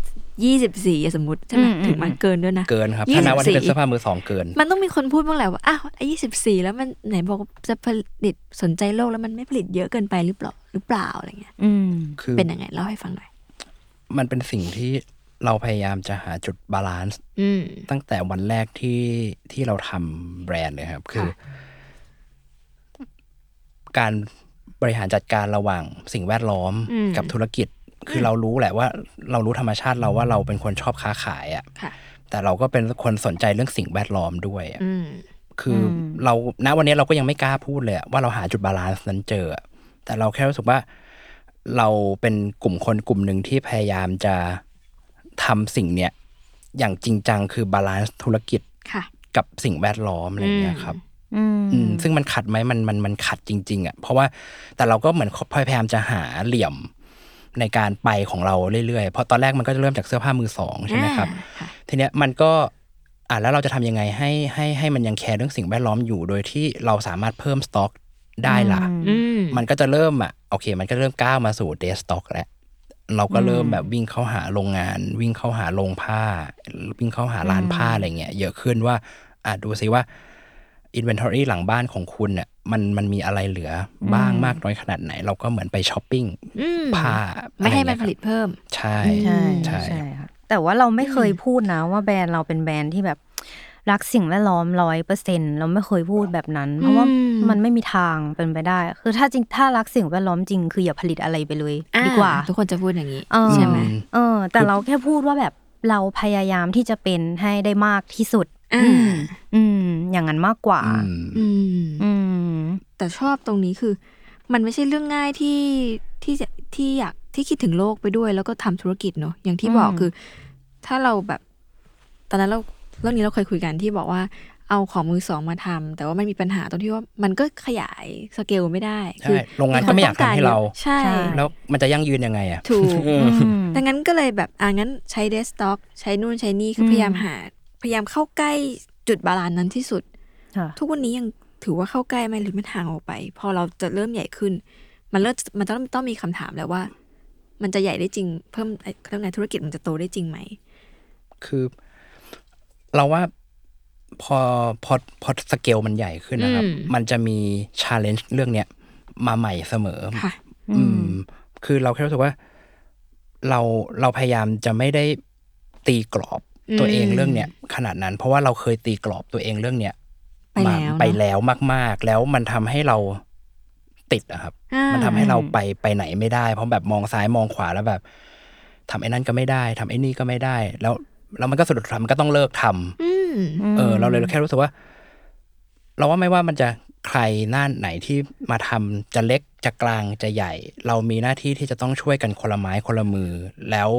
24สมมุติใช่ไหมถึงมันเกินด้วยนะเกินครับถ้านับว่าเป็นเสื้อผ้ามือสองเกินมันต้องมีคนพูดบ้างแหละว่า24แล้วมันไหนบอกจะผลิตสนใจโลกแล้วมันไม่ผลิตเยอะเกินไปหรือเปล่าอะไรเงี้ยคือเป็นยังไงเล่าให้ฟังหน่อยมันเป็นสิ่งที่เราพยายามจะหาจุดบาลานซ์ตั้งแต่วันแรกที่เราทำแบรนด์เลยครับคือการบริหารจัดการระหว่างสิ่งแวดล้อมกับธุรกิจคือเรารู้แหละว่าเรารู้ธรรมชาติเราว่าเราเป็นคนชอบค้าขายอ่ะแต่เราก็เป็นคนสนใจเรื่องสิ่งแวดล้อมด้วยคือเราณวันนี้เราก็ยังไม่กล้าพูดเลยว่าเราหาจุดบาลานซ์นั้นเจอแต่เราแค่รู้สึกว่าเราเป็นกลุ่มคนกลุ่มหนึ่งที่พยายามจะทำสิ่งเนี้ยอย่างจริงจังคือบาลานซ์ธุรกิจกับสิ่งแวดล้อมอะไรเงี้ยครับซึ่งมันขัดไหมมันขัดจริงๆอ่ะเพราะว่าแต่เราก็เหมือนพยายามจะหาเหลี่ยมในการไปของเราเรื่อยๆเพราะตอนแรกมันก็จะเริ่มจากเสื้อผ้ามือสองใช่ไหมครับทีเนี้ยมันก็แล้วเราจะทำยังไงให้มันยังแคร์เรื่องสิ่งแวดล้อมอยู่โดยที่เราสามารถเพิ่มสต็อกได้ล่ะมันก็จะเริ่มโอเคมันก็เริ่มก้าวมาสู่เดสต็อกแล้วเราก็เริ่มแบบวิ่งเข้าหาโรงงานวิ่งเข้าหาโรงผ้าวิ่งเข้าหาร้านผ้าอะไรเงี้ยเยอะขึ้นว่าดูซิว่าinventory หลังบ้านของคุณเนี่ยมันมีอะไรเหลือบ้างมากน้อยขนาดไหนเราก็เหมือนไปช้อปปิ้งผ้าไม่ให้มันผลิตเพิ่มใช่ใช่ค่ะแต่ว่าเราไม่เคยพูดนะว่าแบรนด์เราเป็นแบรนด์ที่แบบรักสิ่งแวดล้อม 100% เราไม่เคยพูดแบบนั้นเพราะว่ามันไม่มีทางเป็นไปได้คือถ้ารักสิ่งแวดล้อมจริงคืออย่าผลิตอะไรไปเลยดีกว่าทุกคนจะพูดอย่างนี้ใช่ไหมแต่เราแค่พูดว่าแบบเราพยายามที่จะเป็นให้ได้มากที่สุดอย่างนั้นมากกว่าแต่ชอบตรงนี้คือมันไม่ใช่เรื่องง่ายที่อยากที่คิดถึงโลกไปด้วยแล้วก็ทำธุรกิจเนอะอย่างที่บอกคือถ้าเราแบบตอนนั้นเรื่องนี้เราเคยคุยกันที่บอกว่าเอาของมือสองมาทำแต่ว่ามันมีปัญหาตรงที่ว่ามันก็ขยายสเกลไม่ได้คือโรงงานก็ไม่อยากทำให้เราใช่แล้วมันจะยั่งยืนยังไงอ่ะถูกดังนั้นก็เลยแบบงั้นใช้เดสต็อกใช้นู่นใช้นี่คือพยายามเข้าใกล้จุดบาลานซ์นั้นที่สุดทุกวันนี้ยังถือว่าเข้าใกล้ไหมหรือมันห่างออกไปพอเราจะเริ่มใหญ่ขึ้นมันต้องมีคำถามแล้วว่ามันจะใหญ่ได้จริงเพิ่มเรื่องไงธุรกิจมันจะโตได้จริงไหมคือเราว่าพอสเกลมันใหญ่ขึ้นนะครับมันจะมี challenge เรื่องเนี้ยมาใหม่เสมอคือเราแค่รู้สึกว่าเราพยายามจะไม่ได้ตีกรอบตัวเองเรื่องเนี้ยขนาดนั้นเพราะว่าเราเคยตีกรอบตัวเองเรื่องเนี้ยไปแล้วมากๆแล้วมันทำให้เราติดอะครับมันทำให้เราไปไหนไม่ได้เพราะแบบมองซ้ายมองขวาแล้วแบบทำไอ้นั่นก็ไม่ได้ทำไอ้นี่ก็ไม่ได้แล้วมันก็สุดท้ายมันก็ต้องเลิกทำเราเลยแค่รู้สึกว่าเราว่าไม่ว่ามันจะใครหน้าไหนที่มาทำจะเล็กจะกลางจะใหญ่เรามีหน้าที่ที่จะต้องช่วยกันคนละไม้คนละมือแล้ว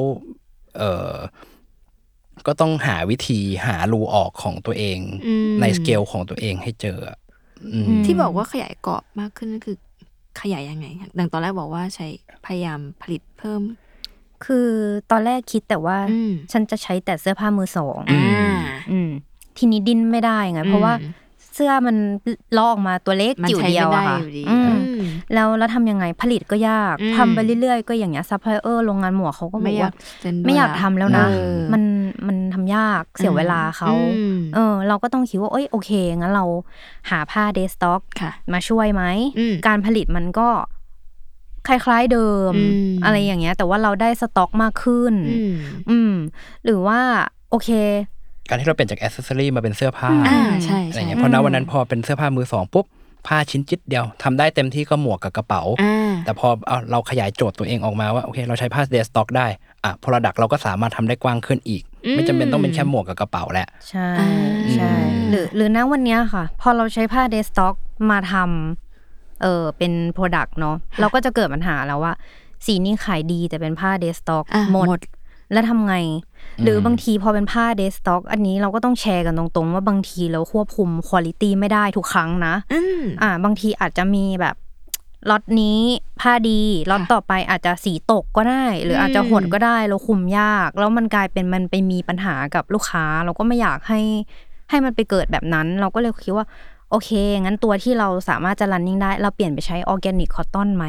ก็ต้องหาวิธีหารูออกของตัวเองในสเกลของตัวเองให้เจอที่บอกว่าขยายกรอบมากขึ้นคือขยายยังไงดังตอนแรกบอกว่าใช้พยายามผลิตเพิ่มคือตอนแรกคิดแต่ว่าฉันจะใช้แต่เสื้อผ้ามือสองทีนี้ดิ้นไม่ได้ไงเพราะว่าเสื้อมันลอกออกมาตัวเล็กจิ๋วเดียวอะค่ะแล้วทำยังไงผลิตก็ยากทำไปเรื่อยๆก็อย่างเงี้ยซัพพลายเออร์โรงงานหมวกเขาก็บอกว่าไม่อยากทำแล้วนะมันทำยากเสียเวลาเขาเราก็ต้องคิดว่าโอเคงั้นเราหาผ้าเดสต็อกมาช่วยไหมการผลิตมันก็คล้ายๆเดิมอะไรอย่างเงี้ยแต่ว่าเราได้สต็อกมากขึ้นหรือว่าโอเคการที่เราเปลี่ยนจากแอคเซสซอรี่มาเป็นเสื้อผ้าใช่อะไรเงี้ยเพราะณวันนั้นพอเป็นเสื้อผ้ามือสองปุ๊บผ้าชิ้นจิตเดียวทำได้เต็มที่ก็หมวกกับกระเป๋าแต่พอเราขยายโจทย์ตัวเองออกมาว่าโอเคเราใช้ผ้าเดสต็อกได้Product เราก็สามารถทำได้กว้างขึ้นอีกไม่จำเป็นต้องเป็นแค่หมวกกับกระเป๋าแหละใช่ใช่หรือณวันนี้ค่ะพอเราใช้ผ้าเดสต็อกมาทำเป็น product เนาะเราก็จะเกิดปัญหาแล้วว่าสีนี้ขายดีแต่เป็นผ้าเดสต็อกหมดแล้วทำไงหรือบางทีพอเป็นผ้าเดสต็อกอันนี้เราก็ต้องแชร์กันตรงๆว่าบางทีเราควบคุมควอลิตี้ไม่ได้ทุกครั้งนะบางทีอาจจะมีแบบล็อตนี้ผ้าดีล็อตต่อไปอาจจะสีตกก็ได้หรืออาจจะหดก็ได้เราคุมยากแล้วมันกลายเป็นมันไปมีปัญหากับลูกค้าเราก็ไม่อยากให้มันไปเกิดแบบนั้นเราก็เลยคิดว่าโอเคงั้นตัวที่เราสามารถจะ running ได้เราเปลี่ยนไปใช้ออร์แกนิกคอตตอนไหม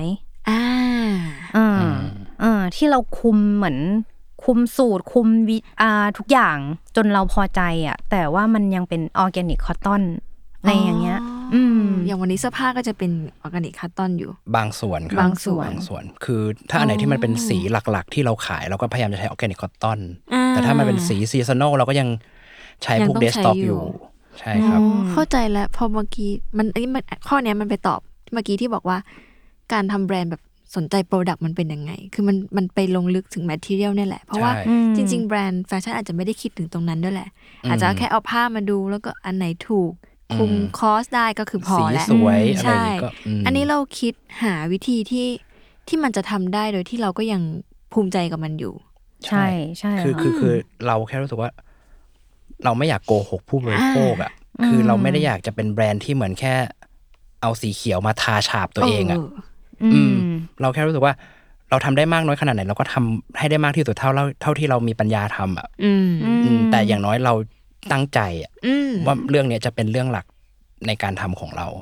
ที่เราคุมเหมือนคุมสูตรคุมทุกอย่างจนเราพอใจอ่ะแต่ว่ามันยังเป็นออร์แกนิกคอตตอนในอย่างเงี้ยอย่างวันนี้เสื้อผ้าก็จะเป็นออร์แกนิกคอตตอนอยู่บางส่วนครับบางส่วนคือถ้าอันไหนที่มันเป็นสีหลักๆที่เราขายเราก็พยายามจะใช้ออร์แกนิกคอตตอนแต่ถ้ามันเป็นสีซีซันนอลเราก็ยังใช้พวกเดสก์ท็อปอยู่ใช่ครับเข้าใจแล้วพอเมื่อกี้มันข้อนี้มันไปตอบเมื่อกี้ที่บอกว่าการทำแบรนด์แบบสนใจโปรดักต์มันเป็นยังไงคือมันไปลงลึกถึงแมททีเรียลเนี่ยแหละเพราะว่าจริงๆแบรนด์แฟชั่นอาจจะไม่ได้คิดถึงตรงนั้นด้วยแหละอาจจะแค่เอาผ้ามาดูแล้วก็อันไหนถูกคุมคอสได้ก็คือพอแล้วสีสวยอะไรก็อันนี้เราคิดหาวิธีที่มันจะทำได้โดยที่เราก็ยังภูมิใจกับมันอยู่ใช่ใช่คือเราแค่รู้สึกว่าเราไม่อยากโกหกผู้บริโภคอ่ะคือเราไม่ได้อยากจะเป็นแบรนด์ที่เหมือนแค่เอาสีเขียวมาทาฉาบตัวเองอ่ะเราแค่รู้สึกว่าเราทำได้มากน้อยขนาดไหนเราก็ทำให้ได้มากที่สุดเท่าที่เรามีปัญญาทำอ่ะแต่อย่างน้อยเราตั้งใจอ่ะว่าเรื่องนี้จะเป็นเรื่องหลักในการทำของเรา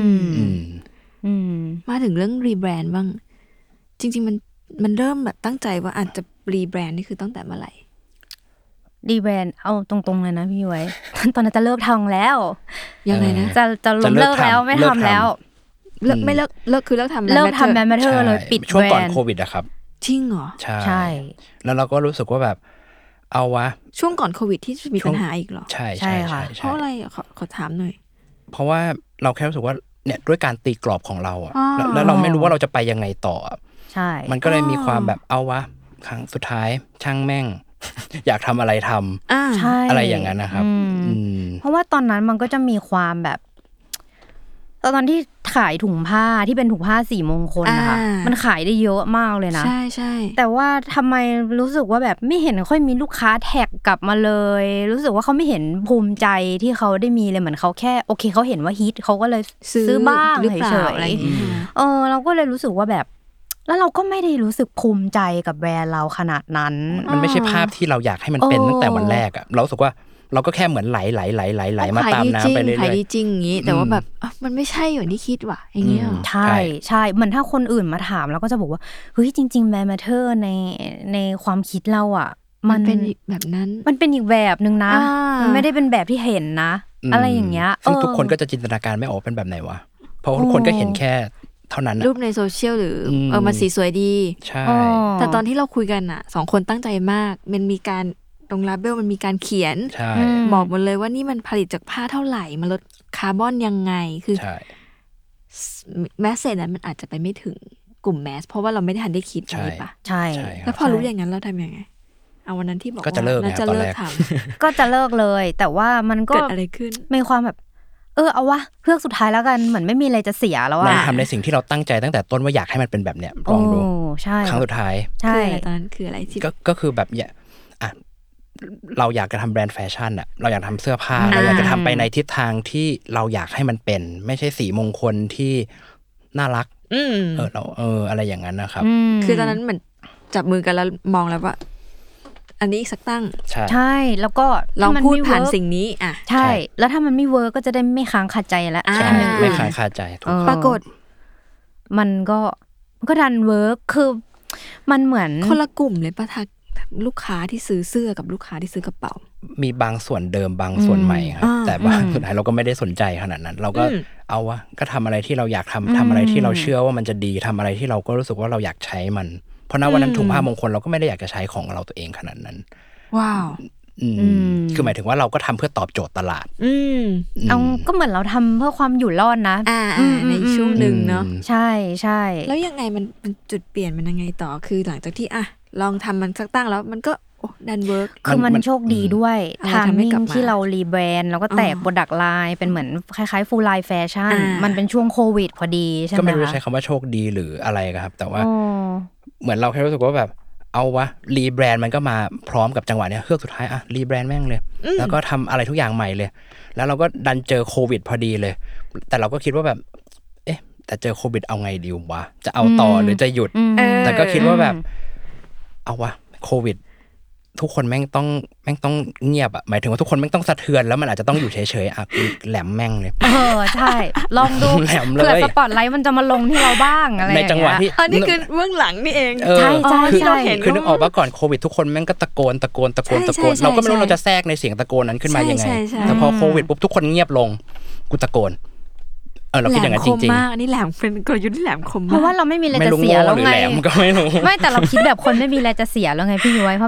มาถึงเรื่องรีแบรนด์บ้างจริงๆมันเริ่มแบบตั้งใจว่าอาจจะรีแบรนด์นี่คือตั้งแต่เมื่อไหร่รีแบรนด์เอาตรงๆเลยนะพี่ไว้ ตอนนั้นจะเลิกทำแล้วยังไงนะจะล้มเลิกแล้วไม่ทำแล้วไม่เลิกคือเลิกทำแมนเทอร์เลยปิดช่วงก่อนโควิดอะครับจริงเหรอใช่แล้วเราก็รู้สึกว่าแบบเอาวะช่วงก่อนโควิดที่มีปัญหาอีกเหรอใช่ใช่ค่ะเพราะอะไรขอถามหน่อยเพราะว่าเราแค่รู้สึกว่าเนี่ยด้วยการตีกรอบของเราอะแล้วเราไม่รู้ว่าเราจะไปยังไงต่อใช่มันก็เลยมีความแบบเอาวะครั้งสุดท้ายช่างแม่งอยากทำอะไรทำอะไรอย่างนั้นนะครับเพราะว่าตอนนั้นมันก็จะมีความแบบตอนที่ขายถุงผ้าที่เป็นถุงผ้าสีมงคลนะคะมันขายได้เยอะมากเลยนะใช่ใช่แต่ว่าทำไมรู้สึกว่าแบบไม่เห็นค่อยมีลูกค้าแท็กกลับมาเลยรู้สึกว่าเขาไม่เห็นภูมิใจที่เขาได้มีเลยเหมือนเขาแค่โอเคเขาเห็นว่าฮิตเขาก็เลยซื้อบ้างเฉยๆเราก็เลยรู้สึกว่าแบบแล้วเราก็ไม่ได้รู้สึกภูมิใจกับแบรนด์เราขนาดนั้นมันไม่ใช่ภาพที่เราอยากให้มันเป็นตั้งแต่วันแรกอ่ะเราสึกว่าเราก็แค่เหมือนไหลมาตามน้ำไปเรื่อยๆขายดีจริงอย่างนี้แต่ว่าแบบมันไม่ใช่อย่างที่คิดว่ะอย่างเงี้ยใช่ใช่เหมือนถ้าคนอื่นมาถามเราก็จะบอกว่าเฮ้ยจริงๆแบรนด์มาเธอในความคิดเราอ่ะมันเป็นแบบนั้นมันเป็นอีกแบบนึงนะมันไม่ได้เป็นแบบที่เห็นนะอะไรอย่างเงี้ยซึ่งทุกคนก็จะจินตนาการไม่ออกเป็นแบบไหนวะเพราะทุกคนก็เห็นแค่เท่านั้นรูปในโซเชียลหรือมันสีสวยดีใช่แต่ตอนที่เราคุยกันอ่ะ2คนตั้งใจมากมันมีการตรงลาเบลมันมีการเขียนบอกหมดเลยว่านี่มันผลิตจากผ้าเท่าไหร่มันลดคาร์บอนยังไงคือแมสเซจนั้นมันอาจจะไปไม่ถึงกลุ่มแมสเพราะว่าเราไม่ได้ทันได้คิดใช่ปะใช่แล้วพอรู้อย่างนั้นเราทำยังไงเอาวันนั้นที่บอกว่าจะเลิกทำก็จะเลิกเลยแต่ว่ามันก็เกิดอะไรขึ้นมีความแบบเอาวะเพื่อสุดท้ายแล้วกันเหมือนไม่มีอะไรจะเสียแล้วลองทำในสิ่งที่เราตั้งใจตั้งแต่ต้นว่าอยากให้มันเป็นแบบเนี้ยลองดูครั้งสุดท้ายใช่ตอนนั้นคืออะไรที่ก็คือแบบเราอยากจะทำแบรนด์แฟชั่นอ่ะเราอยากทำเสื้อผ้าเราอยากจะทำไปในทิศทางที่เราอยากให้มันเป็นไม่ใช่สีมงคลที่น่ารักเราอะไรอย่างนั้นนะครับคือตอนนั้นเหมือนจับมือกันแล้วมองแล้วว่าอันนี้สักตั้งใช่แล้วก็ลองพูดผ่านสิ่งนี้อ่ะใช่แล้วถ้ามันไม่เวิร์กก็จะได้ไม่ค้างคาใจแล้วไม่ค้างคาใจปรากฏมันก็ดันเวิร์กคือมันเหมือนคนละกลุ่มเลยป่ะทักลูกค้าที่ซื้อเสื้อกับลูกค้าที่ซื้อกระเป๋ามีบางส่วนเดิมบางส่วนใหม่ครับแต่บางสุดท้ายเราก็ไม่ได้สนใจขนาดนั้นเราก็เอาวะก็ทำอะไรที่เราอยากทำอะไรที่เราเชื่อว่ามันจะดีทำอะไรที่เราก็รู้สึกว่าเราอยากใช้มันเพราะณวันนั้นถุงผ้ามงคลเราก็ไม่ได้อยากจะใช้ของเราตัวเองขนาดนั้นว้าวคือหมายถึงว่าเราก็ทำเพื่อตอบโจทย์ตลาดเอาก็เหมือนเราทำเพื่อความอยู่รอดนะในช่วงหนึ่งเนาะใช่ใช่แล้วยังไงมันจุดเปลี่ยนมันยังไงต่อคือหลังจากที่ลองทำมันสักตั้งแล้วมันก็ดันเวิร์กคือมันโชคดีด้วยทางมิ่งที่เรารีแบรนด์แล้วก็แตกโปรดักต์ไลน์เป็นเหมือนคล้ายๆฟูลไลน์แฟชั่นมันเป็นช่วงโควิดพอดีใช่ไหมก็ไม่รู้ใช้คำว่าโชคดีหรืออะไรครับแต่ว่าเหมือนเราแค่รู้สึกว่าแบบเอาวะรีแบรนด์มันก็มาพร้อมกับจังหวะเนี้ยเฮือกสุดท้ายรีแบรนด์แม่งเลยแล้วก็ทำอะไรทุกอย่างใหม่เลยแล้วเราก็ดันเจอโควิดพอดีเลยแต่เราก็คิดว่าแบบแต่เจอโควิดเอาไงดีวะจะเอาต่อหรือจะหยุดแต่ก็คิดว่าแบบเอาวะโควิดทุกคนแม่งต้องเงียบหมายถึงว่าทุกคนแม่งต้องสะเทือนแล้วมันอาจจะต้องอยู่เฉยๆแหลมแม่งเลยใช่ลองดูแหลมเลยเผื่อสปอตไลท์มันจะมาลงที่เราบ้างอะไรในจังหวะที่อันนี้คือเบื้องหลังนี่เองใช่ที่เราเห็นคือนึกออกว่าก่อนโควิดทุกคนแม่งก็ตะโกนเราก็ไม่รู้เราจะแทรกในเสียงตะโกนนั้นขึ้นมายังไงแต่พอโควิดปุ๊บทุกคนเงียบลงกูตะโกนเราคิดอย่างนั้นจริงๆอันนี้แหลมเป็นกลยุทธ์ที่แหลมคมมากเพราะว่าเราไม่มีอะไรจะเสียแล้วไงก็ไม่รู้ไม่แต่เราคิดแบบคนไม่มีอะไรจะเสียแล้วไงพี่ย้อยเพราะแบบ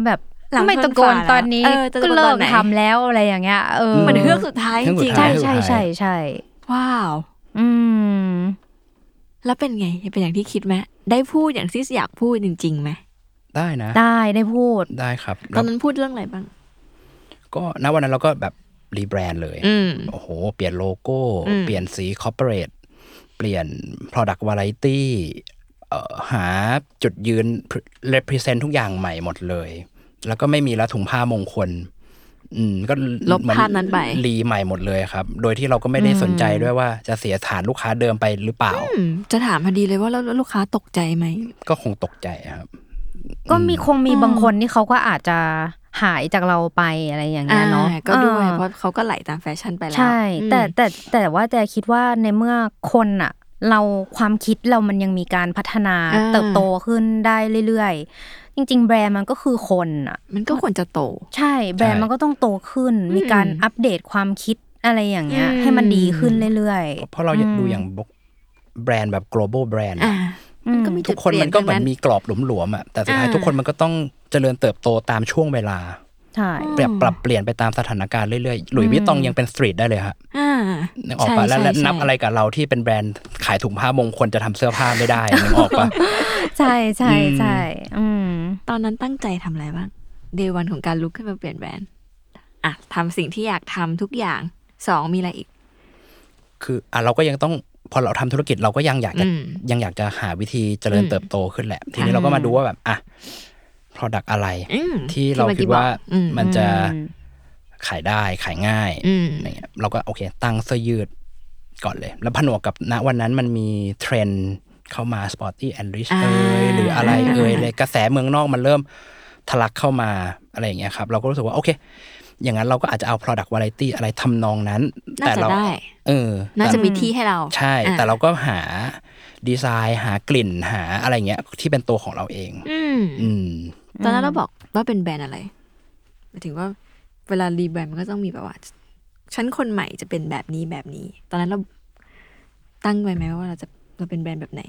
ทำไมตะโกนตอนนี้ก็เลิกทำแล้วอะไรอย่างเงี้ยมันเฮือกสุดท้ายจริงใช่ว้าวแล้วเป็นไงเป็นอย่างที่คิดไหมได้พูดอย่างที่อยากพูดจริงๆไหมได้นะได้พูดได้ครับตอนนั้นพูดเรื่องอะไรบ้างก็ณวันนั้นเราก็แบบรีแบรนด์เลยโอ้โหเปลี่ยนโลโก้เปลี่ยนสีคอร์ปอเรทเปลี่ยน product variety หาจุดยืน represent ทุกอย่างใหม่หมดเลยแล้วก็ไม่มีละถุงผ้ามงคลก็ลบภาพนั้นไปรีใหม่หมดเลยครับโดยที่เราก็ไม่ได้สนใจด้วยว่าจะเสียฐานลูกค้าเดิมไปหรือเปล่าจะถามพอดีเลยว่าแล้วลูกค้าตกใจไหมก็คงตกใจครับก็มีบางคนที่เขาก็อาจจะหายจากเราไปอะไรอย่างเงี้ยเนาะก็ด้วยเพราะเขาก็ไหลตามแฟชั่นไปแล้วใช่แต่ว่าแต่คิดว่าในเมื่อคนอะเราความคิดเรามันยังมีการพัฒนาเติบโตขึ้นได้เรื่อยๆจริงๆแบรนด์มันก็คือคนอ่ะมันก็ควรจะโตใช่แบรนด์มันก็ต้องโตขึ้นมีการอัปเดตความคิดอะไรอย่างเงี้ยให้มันดีขึ้นเรื่อยๆเพราะเราอยากดูอย่างแบรนด์แบบ global brand ทุกคนมันก็เหมือนมีกรอบหลวมๆอ่ะแต่สุดท้ายทุกคนมันก็ต้องเจริญเติบโตตามช่วงเวลาใช่ปรับเปลี่ยนไปตามสถานการณ์เรื่อยๆหลุยส์วิตตองยังเป็นสตรีทได้เลยฮะนึกออกปะแล้วนับอะไรกับเราที่เป็นแบรนด์ขายถุงผ้ามงคลจะทำเสื้อผ้าไม่ได้นึกออกปะใช่ใช่ใช่ตอนนั้นตั้งใจทำอะไรบ้างเดย์วันของการลุกขึ้นมาเปลี่ยนแบรนด์ทำสิ่งที่อยากทำทุกอย่าง2มีอะไรอีกคือเราก็ยังต้องพอเราทำธุรกิจเราก็ยังอยากจะหาวิธีเจริญเติบโตขึ้นแหละทีนี้เราก็มาดูว่าแบบproduct อะไรที่เราคิดว่ามันจะขายได้ขายง่ายอะไรเงี้ยเราก็โอเคตั้งเสื้อยืดก่อนเลยแล้วผนวกกับณวันนั้นมันมีเทรนด์เข้ามา sporty and rich หรืออะไรเลยกระแสเมืองนอกมันเริ่มทะลักเข้ามาอะไรอย่างเงี้ยครับเราก็รู้สึกว่าโอเคอย่างนั้นเราก็อาจจะเอา product variety อะไรทำนองนั้นแต่เราน่าจะมีที่ให้เราใช่แต่เราก็หาดีไซน์หากลิ่นหาอะไรเงี้ยที่เป็นตัวของเราเองตอนนั้นเราบอกว่าเป็นแบรนด์อะไรหมายถึงว่าเวลารีแบรนด์มันก็ต้องมีแบบว่าฉันคนใหม่จะเป็นแบบนี้ตอนนั้นเราตั้งไว้ไหมว่าเราเป็นแบรนด์แบบไหน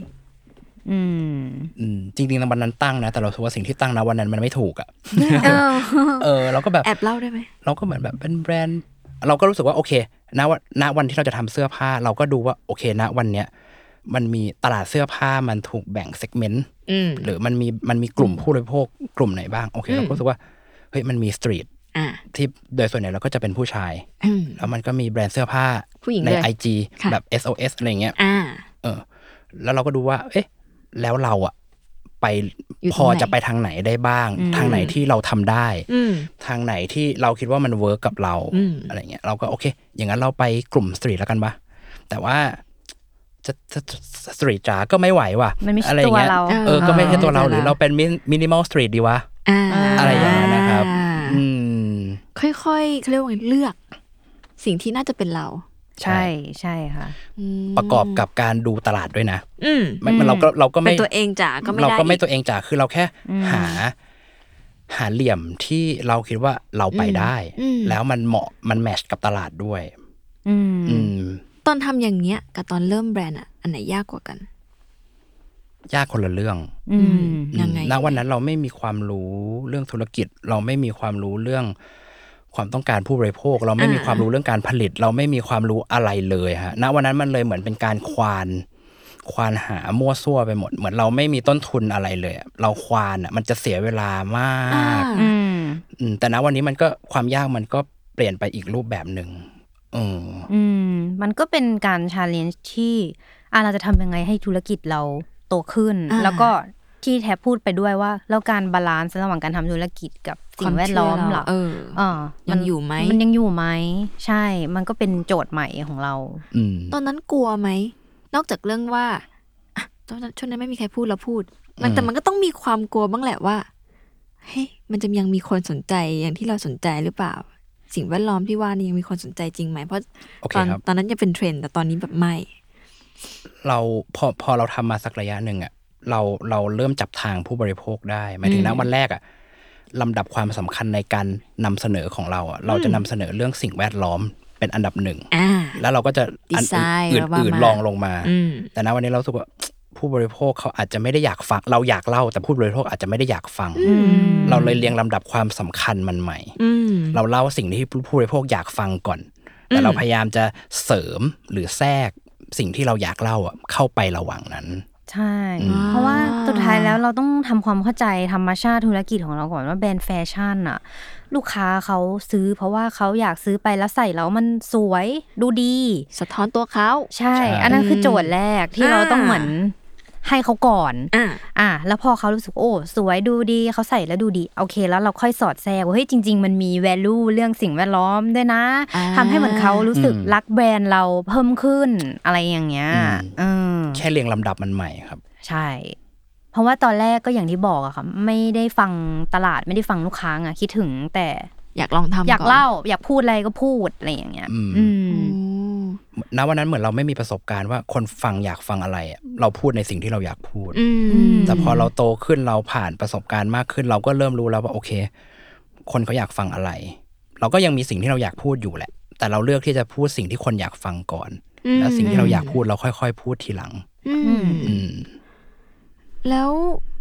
จริงๆในวันนั้นตั้งนะแต่เราคิดว่าสิ่งที่ตั้งนะวันนั้นมันไม่ถูกอ่ะเราก็แบบแอบเล่าได้ไหมเราก็เหมือนแบบเป็นแบรนด์เราก็รู้สึกว่าโอเคณวันที่เราจะทำเสื้อผ้าเราก็ดูว่าโอเคณวันเนี้ยมันมีตลาดเสื้อผ้ามันถูกแบ่งเซกเมนต์หรือมันมีกลุ่มผู้บริโภคกลุ่มไหนบ้างโอเคเราก็รู้สึกว่าเฮ้ยมันมีสตรีทที่โดยส่วนใหญ่เราก็จะเป็นผู้ชายแล้วมันก็มีแบรนด์เสื้อผ้าใน IG แบบ SOS อะไรเงี้ยแล้วเราก็ดูว่าเอ๊ะแล้วเราอะไปพอจะไปทางไหนได้บ้างทางไหนที่เราทำได้ทางไหนที่เราคิดว่ามันเวิร์กกับเราอะไรเงี้ยเราก็โอเคอย่างนั้นเราไปกลุ่มสตรีทแล้วกันปะแต่ว่าจะสตรีทจ๋าก็ไม่ไหวว่ะอะไรเงี้ยก็ไม่ใช่ตัวเราหรือเราเป็นมินิมอลสตรีทดีวะอะไรอย่างนั้นนะครับค่อยๆเขาเรียกว่าเลือกสิ่งที่น่าจะเป็นเราใช่ใช่ค่ะประกอบกับการดูตลาดด้วยนะเราก็ไม่ตัวเองจ๋าก็ไม่ได้เราก็ไม่ตัวเองจ๋าคือเราแค่หาเหลี่ยมที่เราคิดว่าเราไปได้แล้วมันเหมาะมันแมทช์กับตลาดด้วยตอนทำอย่างเงี้ยกับตอนเริ่มแบรนด์อันไหนยากกว่ากันยากคนละเรื่องยังไงณวันนั้นเราไม่มีความรู้เรื่องธุรกิจเราไม่มีความรู้เรื่องความต้องการผู้บริโภคเราไม่มีความรู้เรื่องการผลิตเราไม่มีความรู้อะไรเลยฮะณวันนั้นมันเลยเหมือนเป็นการควานหามั่วซั่วไปหมดเหมือนเราไม่มีต้นทุนอะไรเลยเราควานอ่ะมันจะเสียเวลามากแต่ณวันนี้มันก็ความยากมันก็เปลี่ยนไปอีกรูปแบบนึงมันก็เป็นการ challenge ที่เราจะทำยังไงให้ธุรกิจเราโตขึ้นแล้วก็ที่แทบพูดไปด้วยว่าแล้วการบาลานซ์ระหว่างการทำธุรกิจกับสิ่งแวดล้อมล่ะยังอยู่ไหมมันยังอยู่ไหมใช่มันก็เป็นโจทย์ใหม่ของเราตอนนั้นกลัวไหมนอกจากเรื่องว่าตอนนั้นช่วงนั้นไม่มีใครพูดเราพูดแต่มันก็ต้องมีความกลัวบ้างแหละว่าเฮ้ยมันจะยังมีคนสนใจอย่างที่เราสนใจหรือเปล่าสิ่งแวดล้อมที่ว่านี่ยังมีคนสนใจจริงไหมเพราะตอนนั้นยังเป็นเทรนด์แต่ตอนนี้แบบไม่เราพอเราทำมาสักระยะหนึ่งอะเราเริ่มจับทางผู้บริโภคได้หมายถึงนะวันแรกอะลำดับความสำคัญในการนำเสนอของเราอะเราจะนำเสนอเรื่องสิ่งแวดล้อมเป็นอันดับหนึ่งแล้วเราก็จะอื่นรองลงมาแต่ณวันนี้เราสึกว่าผผู้บริโภคเขาอาจจะไม่ได้อยากฟังเราอยากเล่าแต่ผู้บริโภคอาจจะไม่ได้อยากฟังเราเลยเรียงลำดับความสำคัญมันใหม่เราเล่าสิ่งที่ผู้บริโภคอยากฟังก่อนแต่เราพยายามจะเสริมหรือแทรกสิ่งที่เราอยากเล่าเข้าไประหว่างนั้นใช่เพราะว่าสุดท้ายแล้วเราต้องทำความเข้าใจธรรมชาติธุรกิจของเราก่อนว่าแบรนด์แฟชั่นอะลูกค้าเขาซื้อเพราะว่าเขาอยากซื้อไปแล้วใส่แล้วมันสวยดูดีสะท้อนตัวเขาใช่อันนั้นคือโจทย์แรกที่เราต้องเหมือนให้เขาก่อนแล้วพอเขารู้สึกโอ้สวยดูดีเขาใส่แล้วดูดีโอเคแล้วเราค่อยสอดแทรกว่าเฮ้ยจริงๆมันมี value เรื่องสิ่งแวดล้อมด้วยนะทำให้เหมือนเขารู้สึกรักแบรนด์เราเพิ่มขึ้นอะไรอย่างเงี้ยแค่เรียงลำดับมันใหม่ครับใช่เพราะว่าตอนแรกก็อย่างที่บอกอะค่ะไม่ได้ฟังตลาดไม่ได้ฟังลูกค้าไงคิดถึงแต่อยากลองทำอยากเล่าอยากพูดอะไรก็พูดอะไรอย่างเงี้ยณวันนั้นเหมือนเราไม่มีประสบการณ์ว่าคนฟังอยากฟังอะไรเราพูดในสิ่งที่เราอยากพูดแต่พอเราโตขึ้นเราผ่านประสบการณ์มากขึ้นเราก็เริ่มรู้แล้วว่าโอเคคนเขาอยากฟังอะไรเราก็ยังมีสิ่งที่เราอยากพูดอยู่แหละแต่เราเลือกที่จะพูดสิ่งที่คนอยากฟังก่อนแล้วสิ่งที่เราอยากพูดเราค่อยๆพูดทีหลังแล้ว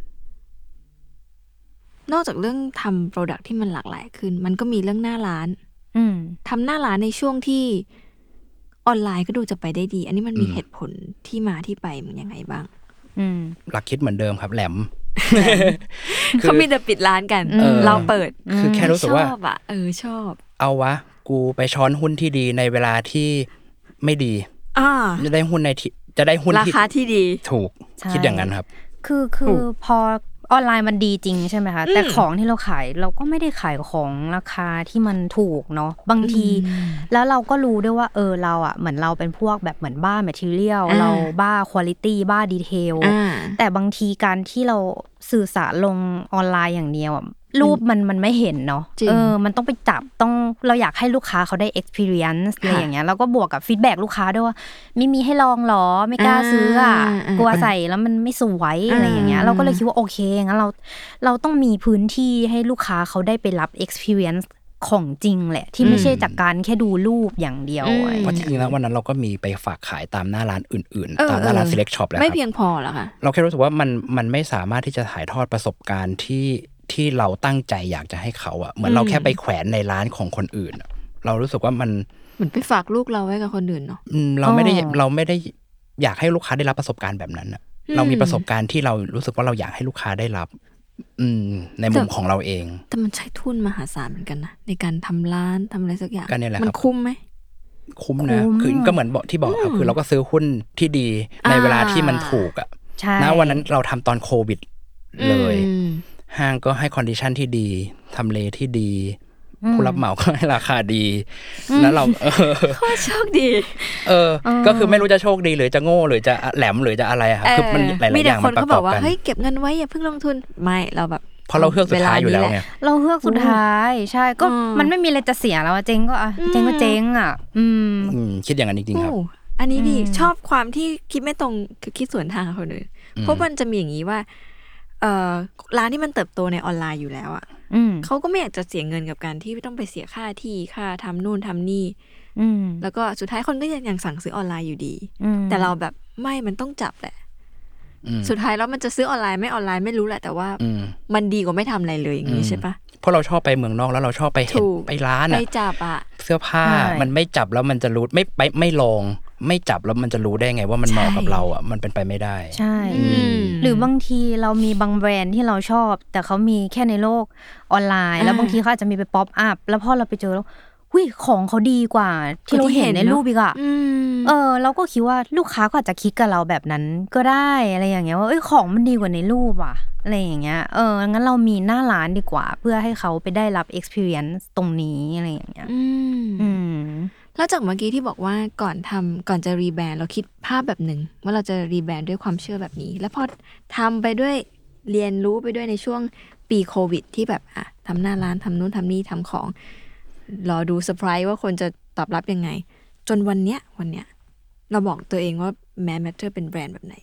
นอกจากเรื่องทำโปรดักต์ที่มันหลากหลายขึ้นมันก็มีเรื่องหน้าร้านทำหน้าร้านในช่วงที่ออนไลน์ก็ดูจะไปได้ดีอันนี้มันมีเหตุผลที่มาที่ไปมันยังไงบ้างหลักคิดเหมือนเดิมครับแหลมเขามีแต่ปิดร้านกันเราเปิดคือแค่รู้สึกว่าชอบชอบเอาวะกูไปช้อนหุ้นที่ดีในเวลาที่ไม่ดีจะได้หุ้นในจะได้หุ้นราคาที่ดีถูกคิดอย่างนั้นครับคือพอออนไลน์มันดีจริงใช่ไหมคะแต่ของที่เราขายเราก็ไม่ได้ขายของราคาที่มันถูกเนาะบางทีแล้วเราก็รู้ด้วยว่าเราอ่ะเหมือนเราเป็นพวกแบบเหมือนบ้าแมททีเรียลเราบ้าควอลิตี้บ้าดีเทลแต่บางทีการที่เราสื่อสารลงออนไลน์อย่างเดียวรูปมันไม่เห็นเนาะมันต้องไปจับต้องเราอยากให้ลูกค้าเขาได้ experience อะไรอย่างเงี้ยแล้วก็บวกกับฟีดแบ็กลูกค้าด้วยว่าไม่มีให้ลองหรอไม่กล้าซื้ออ่ะกลัวใส่แล้วมันไม่สวยอะไรอย่างเงี้ยเราก็เลยคิดว่าโอเคงั้นเราต้องมีพื้นที่ให้ลูกค้าเขาได้ไปรับ experience ของจริงแหละที่ไม่ใช่จากการแค่ดูรูปอย่างเดียวเพราะจริงๆแล้ววันนั้นเราก็มีไปฝากขายตามหน้าร้านอื่นๆตามหน้าร้าน select shop แล้วครับไม่เพียงพอหรอคะเราแค่รู้สึกว่ามันไม่สามารถที่จะถ่ายทอดประสบการณ์ที่เราตั้งใจอยากจะให้เขาเหมือนเราแค่ไปแขวนในร้านของคนอื่นเรารู้สึกว่ามันเหมือนไปฝากลูกเราไว้กับคนอื่นเนาะเราไม่ได้อยากให้ลูกค้าได้รับประสบการณ์แบบนั้นเรามีประสบการณ์ที่เรารู้สึกว่าเราอยากให้ลูกค้าได้รับในมุมของเราเองแต่มันใช้ทุนมหาศาลเหมือนกันนะในการทำร้านทำอะไรสักอย่างมันคุ้มไหมคุ้มนะคือก็เหมือนบอกที่บอกครับคือเราก็ซื้อหุ้นที่ดีในเวลาที่มันถูกนะวันนั้นเราทำตอนโควิดเลยห้างก็ให้คอนดิชันที่ดีทำเลที่ดีผู้รับเหมาก็ให้ราคาดีแล้วเราโคตรโชคดีก็คือไม่รู้จะโชคดีหรือจะโง่หรือจะแหลมหรือจะอะไรครับคือมันหลายๆอย่างมันประกอบกันมีแต่คนเขาบอกว่าเฮ้ยเก็บเงินไว้อย่าเพิ่งลงทุนไม่เราแบบเพราะเราเฮือกสุดท้ายอยู่แล้วไงเราเฮือกสุดท้ายใช่ก็มันไม่มีอะไรจะเสียแล้วเจ๊งก็เจ๊งก็เจ๊งคิดอย่างนั้นจริงๆครับอันนี้ดีชอบความที่คิดไม่ตรงคือคิดสวนทางกับคนอื่นเพราะมันจะมีอย่างนี้ว่าร้านที่มันเติบโตในออนไลน์อยู่แล้วเขาก็ไม่อยากจะเสียเงินกับการที่ต้องไปเสียค่าที่ค่าทำนู่นทำนี่แล้วก็สุดท้ายคนก็ยังสั่งซื้อออนไลน์อยู่ดีแต่เราแบบไม่มันต้องจับแหละสุดท้ายแล้วมันจะซื้อออนไลน์ไม่ออนไลน์ไม่รู้แหละแต่ว่ามันดีกว่าไม่ทำอะไรเลยอย่างนี้ใช่ปะเพราะเราชอบไปเมืองนอกแล้วเราชอบไปเห็นไปร้านไปจับเสื้อผ้ามันไม่จับแล้วมันจะรู้ไม่ลองไม่จับแล้วมันจะรู้ได้ไงว่ามันเหมาะกับเรามันเป็นไปไม่ได้ใช่หรือบางทีเรามีบางแบรนด์ที่เราชอบแต่เขามีแค่ในโลกออนไลน์แล้วบางทีเขาอาจจะมีไปป๊อปอัพแล้วพอเราไปเจอแล้วของเขาดีกว่าที่เราเห็นในรูปอีกเราก็คิดว่าลูกค้าก็อาจจะคิดกับเราแบบนั้นก็ได้อะไรอย่างเงี้ยว่าของมันดีกว่าในรูปอ่ะอะไรอย่างเงี้ยงั้นเรามีหน้าร้านดีกว่าเพื่อให้เขาไปได้รับ experience ตรงนี้อะไรอย่างเงี้ยแล้วจากเมื่อกี้ที่บอกว่าก่อนจะรีแบรนด์เราคิดภาพแบบหนึ่งว่าเราจะรีแบรนด์ด้วยความเชื่อแบบนี้แล้วพอทำไปด้วยเรียนรู้ไปด้วยในช่วงปีโควิดที่แบบทำหน้าร้านทำนู่นทำนี่ทำของรอดูเซอร์ไพรส์ว่าคนจะตอบรับยังไงจนวันเนี้ยเราบอกตัวเองว่าแมทเทอร์เป็นแบรนด์แบบไหน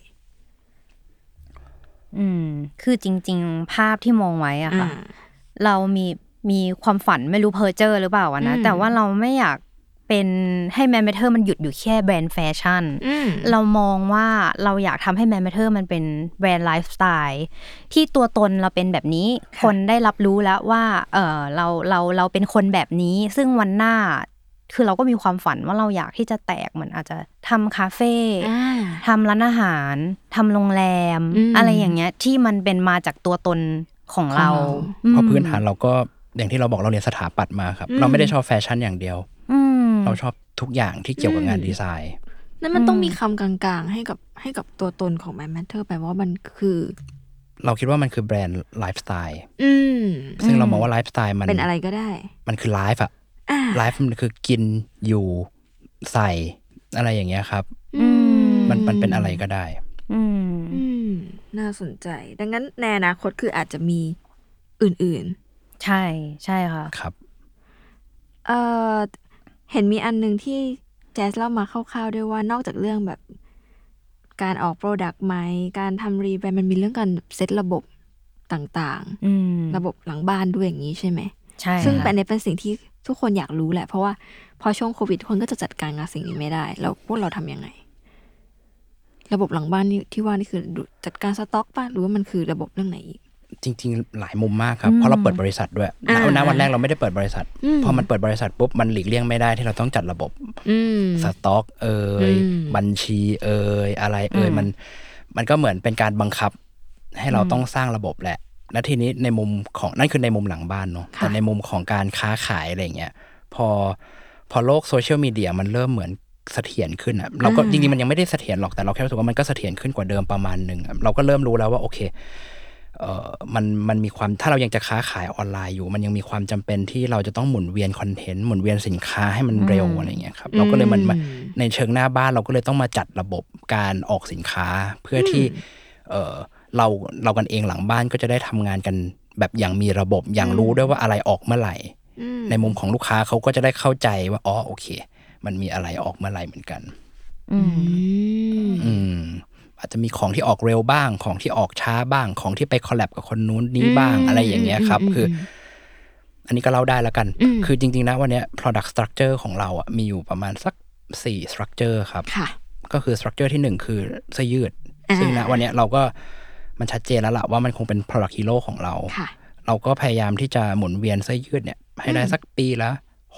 คือจริงๆภาพที่มองไว้อะค่ะเรามีความฝันไม่รู้เพ้อเจ้อหรือเปล่านะแต่ว่าเราไม่อยากเป็นให้แมนเมเทอร์มันหยุดอยู่แค่แบรนด์แฟชั่นเรามองว่าเราอยากทำให้แมนเมเทอร์มันเป็นแบรนด์ไลฟ์สไตล์ที่ตัวตนเราเป็นแบบนี้คนได้รับรู้แล้วว่าเราเป็นคนแบบนี้ซึ่งวันหน้าคือเราก็มีความฝันว่าเราอยากที่จะแตกเหมือนอาจจะทำคาเฟ่ทำร้านอาหารทำโรงแรมอะไรอย่างเงี้ยที่มันเป็นมาจากตัวตนของเราเพราะพื้นฐานเราก็อย่างที่เราบอกเราเรียนสถาปัตย์มาครับเราไม่ได้ชอบแฟชั่นอย่างเดียวเราชอบทุกอย่างที่เกี่ยวกับงานดีไซน์นั่นมันต้องมีคำกลางๆให้กับตัวตนของแมนเมเทอร์แปลว่ามันคือเราคิดว่ามันคือแบรนด์ไลฟ์สไตล์ซึ่งเรามองว่าไลฟ์สไตล์มันเป็นอะไรก็ได้มันคือไลฟ์อะไลฟ์มันคือกินอยู่ใส่อะไรอย่างเงี้ยครับมันเป็นอะไรก็ได้น่าสนใจดังนั้นในอนาคตคืออาจจะมีอื่นๆใช่ใช่ค่ะครับเห็นมีอันนึงที่แจสเล่ามาคร่าวๆด้วยว่านอกจากเรื่องแบบการออกโปรดักต์ไหมการทำรีแบรนด์มันมีเรื่องการเซตระบบต่างๆระบบหลังบ้านด้วยอย่างนี้ใช่ไหมใช่ซึ่งเป็นสิ่งที่ทุกคนอยากรู้แหละเพราะว่าพอช่วงโควิดคนก็จะจัดการงานสิ่งนี้ไม่ได้แล้วพวกเราทำยังไงระบบหลังบ้านนี่ที่ว่านี่คือจัดการสต็อกป่ะหรือว่ามันคือระบบเรื่องไหนอีกจริงๆหลายมุมมากครับเพราะเราเปิดบริษัทด้วยณวันแรกเราไม่ได้เปิดบริษัทพอมันเปิดบริษัทปุ๊บมันหลีกเลี่ยงไม่ได้ที่เราต้องจัดระบบสต็อกบัญชีอะไรมันก็เหมือนเป็นการบังคับให้เราต้องสร้างระบบแหละและทีนี้ในมุมของนั่นคือในมุมหลังบ้านเนาะแต่ในมุมของการค้าขายอะไรเงี้ยพอโลกโซเชียลมีเดียมันเริ่มเหมือนเสถียรขึ้นอ่ะเราก็จริงๆมันยังไม่ได้เสถียรหรอกแต่เราแค่รู้สึกว่ามันก็เสถียรขึ้นกว่าเดิมประมาณนึงเราก็เริ่มรู้แล้วว่าโอเคมันมีความถ้าเรายังจะค้าขายออนไลน์อยู่มันยังมีความจำเป็นที่เราจะต้องหมุนเวียนคอนเทนต์หมุนเวียนสินค้าให้มันเร็วอะไรเงี้ยครับเราก็เลยมันในเชิงหน้าบ้านเราก็เลยต้องมาจัดระบบการออกสินค้าเพื่อที่เรากันเองหลังบ้านก็จะได้ทำงานกันแบบอย่างมีระบบอย่างรู้ด้วยว่าอะไรออกเมื่อไหร่ในมุมของลูกค้าเขาก็จะได้เข้าใจว่าอ๋อโอเคมันมีอะไรออกเมื่อไหร่เหมือนกันอาจจะมีของที่ออกเร็วบ้างของที่ออกช้าบ้างของที่ไปคอลแลบกับคนนู้นนี้บ้างอะไรอย่างเงี้ยครับคืออันนี้ก็เล่าได้แล้วกันคือจริงๆนะวันนี้ product structure ของเราอ่ะมีอยู่ประมาณสัก4 structure ครับก็คือ structure ที่1คือเสื้อยืดซึ่งณวันนี้เราก็มันชัดเจนแล้วล่ะว่ามันคงเป็น product hero ของเราเราก็พยายามที่จะหมุนเวียนเสื้อยืดเนี่ยให้ได้สักปีละ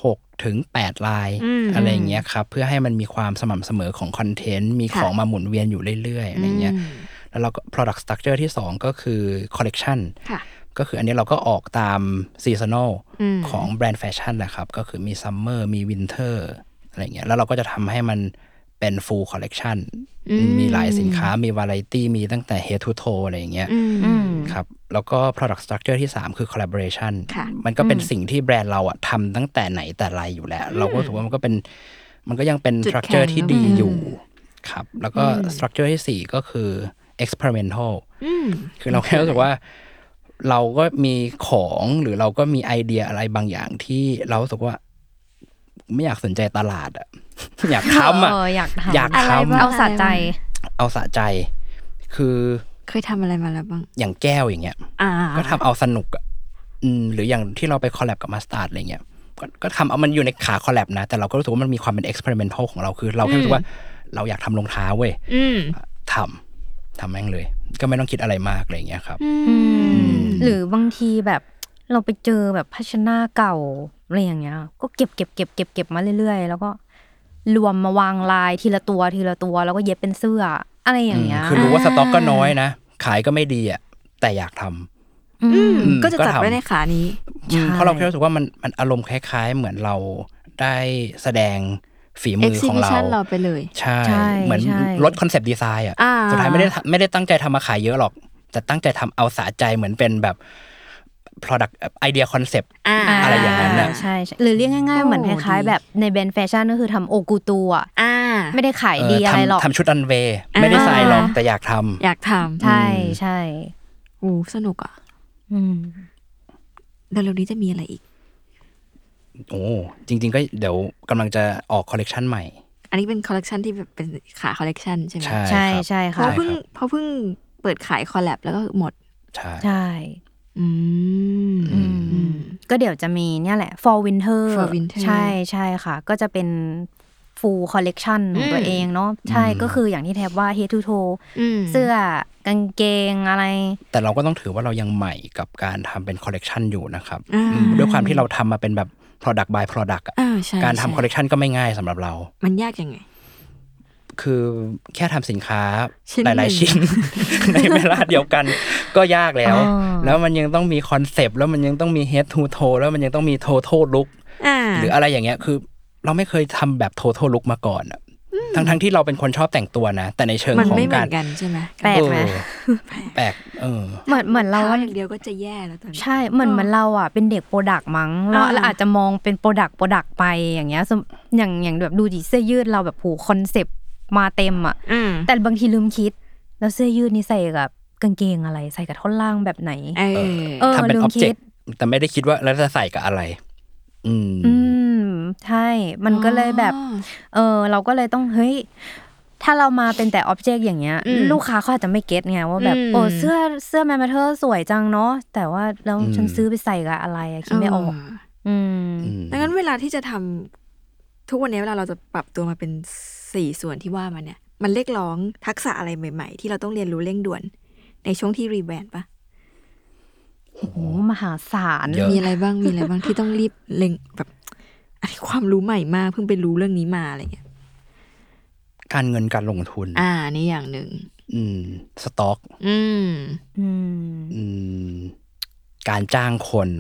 6 ถึง 8 ลายอะไรอย่างเงี้ยครับเพื่อให้มันมีความสม่ำเสมอของคอนเทนต์มีของมาหมุนเวียนอยู่เรื่อยๆอะไรเงี้ยแล้วเราก็ product structure ที่2ก็คือ collection ก็คืออันนี้เราก็ออกตาม seasonal ของแบรนด์แฟชั่นแหละครับก็คือมี summer มี winter อะไรเงี้ยแล้วเราก็จะทำให้มันเป็น full collection มีหลายสินค้ามี variety มีตั้งแต่ head to toe อะไรอย่างเงี้ยครับแล้วก็ product structure ที่3คือ collaboration มันก็เป็นสิ่งที่แบรนด์เราอะทำตั้งแต่ไหนแต่ไรอยู่แล้วเราก็รู้สึกว่ามันก็ยังเป็น structure ที่ดีอยู่ครับแล้วก็ structure ที่4ก็คือ experimental คือเราแค่รู้สึกว่าเราก็มีของหรือเราก็มีไอเดียอะไรบางอย่างที่เรารู้สึกว่าไม่อยากสนใจตลาดอะอยากทำอยากทำเอาสะใจคือเคยทำอะไรมาแล้วบ้างอย่างแก้วอย่างเงี้ยก็ทำเอาสนุกอ่ะหรืออย่างที่เราไปคอลแลบกับมาสตาร์ดอะไรเงี้ยก็ทำเอามันอยู่ในขาคอลแลบนะแต่เราก็รู้สึกว่ามันมีความเป็นเอ็กซ์เพร์เมนทัลของเราคือเราแค่รู้สึกว่าเราอยากทำรองเท้าเว้ยทำแม่งเลยก็ไม่ต้องคิดอะไรมากอะไรเงี้ยครับหรือบางทีแบบเราไปเจอแบบภาชนะเก่าอะไรอย่างเงี้ยก็เก็บมาเรื่อยๆแล้วก็รวมมาวางลายทีละตัวแล้วก็เย็บเป็นเสื้ออะไรอย่างเงี้ยคือรู้ว่าสต็อกก็น้อยนะขายก็ไม่ดีอ่ะแต่อยากทำก็จะจัดไว้ในขานี้เพราะเราแค่รู้สึกว่ามันอารมณ์คล้ายๆเหมือนเราได้แสดงฝีมือของเราไปเลยใช่เหมือนลดคอนเซปต์ดีไซน์อ่ะสุดท้ายไม่ได้ตั้งใจทำมาขายเยอะหรอกแต่ตั้งใจทำเอาสะใจเหมือนเป็นแบบproduct idea concept อะไรอย่างนั้นนะใช่หรือเรียกง่ายๆเหมือนคล้ายๆแบบในแบรนด์แฟชั่นก็คือทำโอกูตูอ่ะไม่ได้ขายดีอะไรหรอกทำชุดรันเวย์ไม่ได้ใส่หรอกแต่อยากทำใช่โอ้สนุกอ่ะเร็วๆนี้จะมีอะไรอีกโอ้จริงๆก็เดี๋ยวกำลังจะออกคอลเลกชันใหม่อันนี้เป็นคอลเลกชันที่แบบเป็นขาคอลเลกชันใช่ไหมใช่ค่ะเพราะเพิ่งเปิดขายคอลแลบแล้วก็หมดใช่ก็เดี๋ยวจะมีเนี่ยแหละ Fall Winter ใช่ใช่ค่ะก็จะเป็น full collection ของตัวเองเนาะใช่ก็คืออย่างที่แทบว่า head to toe เสื้อกางเกงอะไรแต่เราก็ต้องถือว่าเรายังใหม่กับการทำเป็น collection อยู่นะครับด้วยความที่เราทำมาเป็นแบบ product by product การทำ collection ก็ไม่ง่ายสำหรับเรามันยากยังไงคือแค่ทำสินค้าหลายๆชิ้น ในเวลาเดียวกันก็ยากแล้วมันยังต้องมีคอนเซปต์แล้วมันยังต้องมี head to toe แล้วมันยังต้องมี total look หรืออะไรอย่างเงี้ยคือเราไม่เคยทำแบบ total look มาก่อนทั้งที่เราเป็นคนชอบแต่งตัวนะแต่ในเชิงของการมันไม่เหมือนกันใช่ไหมแปลกไหมแปลกเหมือนเราอย่างเดียวก็จะแย่แล้วตอนนี้ใช่เหมือนเราอ่ะเป็นเด็กโปรดักต์มั้งเราอาจจะมองเป็นโปรดักต์ไปอย่างเงี้ยอย่างแบบดูดิเสื้อยืดเราแบบผูกคอนเซปต์มาเต็มอ่ะแต่บางทีลืมคิดแล้วเสื้อยืดนี่ใส่กับกางเกงอะไรใส่กับท่อนล่างแบบไหนทำเป็นอ็อบเจกต์แต่ไม่ได้คิดว่าแล้วจะใส่กับอะไรใช่มันก็เลยแบบเราก็เลยต้องเฮ้ยถ้าเรามาเป็นแต่อ็อบเจกต์อย่างเงี้ยลูกค้าเขาอาจจะไม่เก็ตไงว่าแบบโอ้เสื้อแมทเทอร์สวยจังเนาะแต่ว่าแล้วฉันซื้อไปใส่กับอะไรคิดไม่ออกดังนั้นเวลาที่จะทำทุกวันนี้เวลาเราจะปรับตัวมาเป็น4ส่วนที่ว่ามาเนี่ยมันเรียกร้องทักษะอะไรใหม่ๆที่เราต้องเรียนรู้เร่งด่วนในช่วงที่รีแบรนด์ปะโอ้มหาศาลมีอะไรบ้างที่ต้องรีบเร่งแบบอะไรความรู้ใหม่มากเพิ่งไปรู้เรื่องนี้มาอะไรเงี้ยการเงินการลงทุนนี่อย่างหนึ่งสต็อกการจ้างคน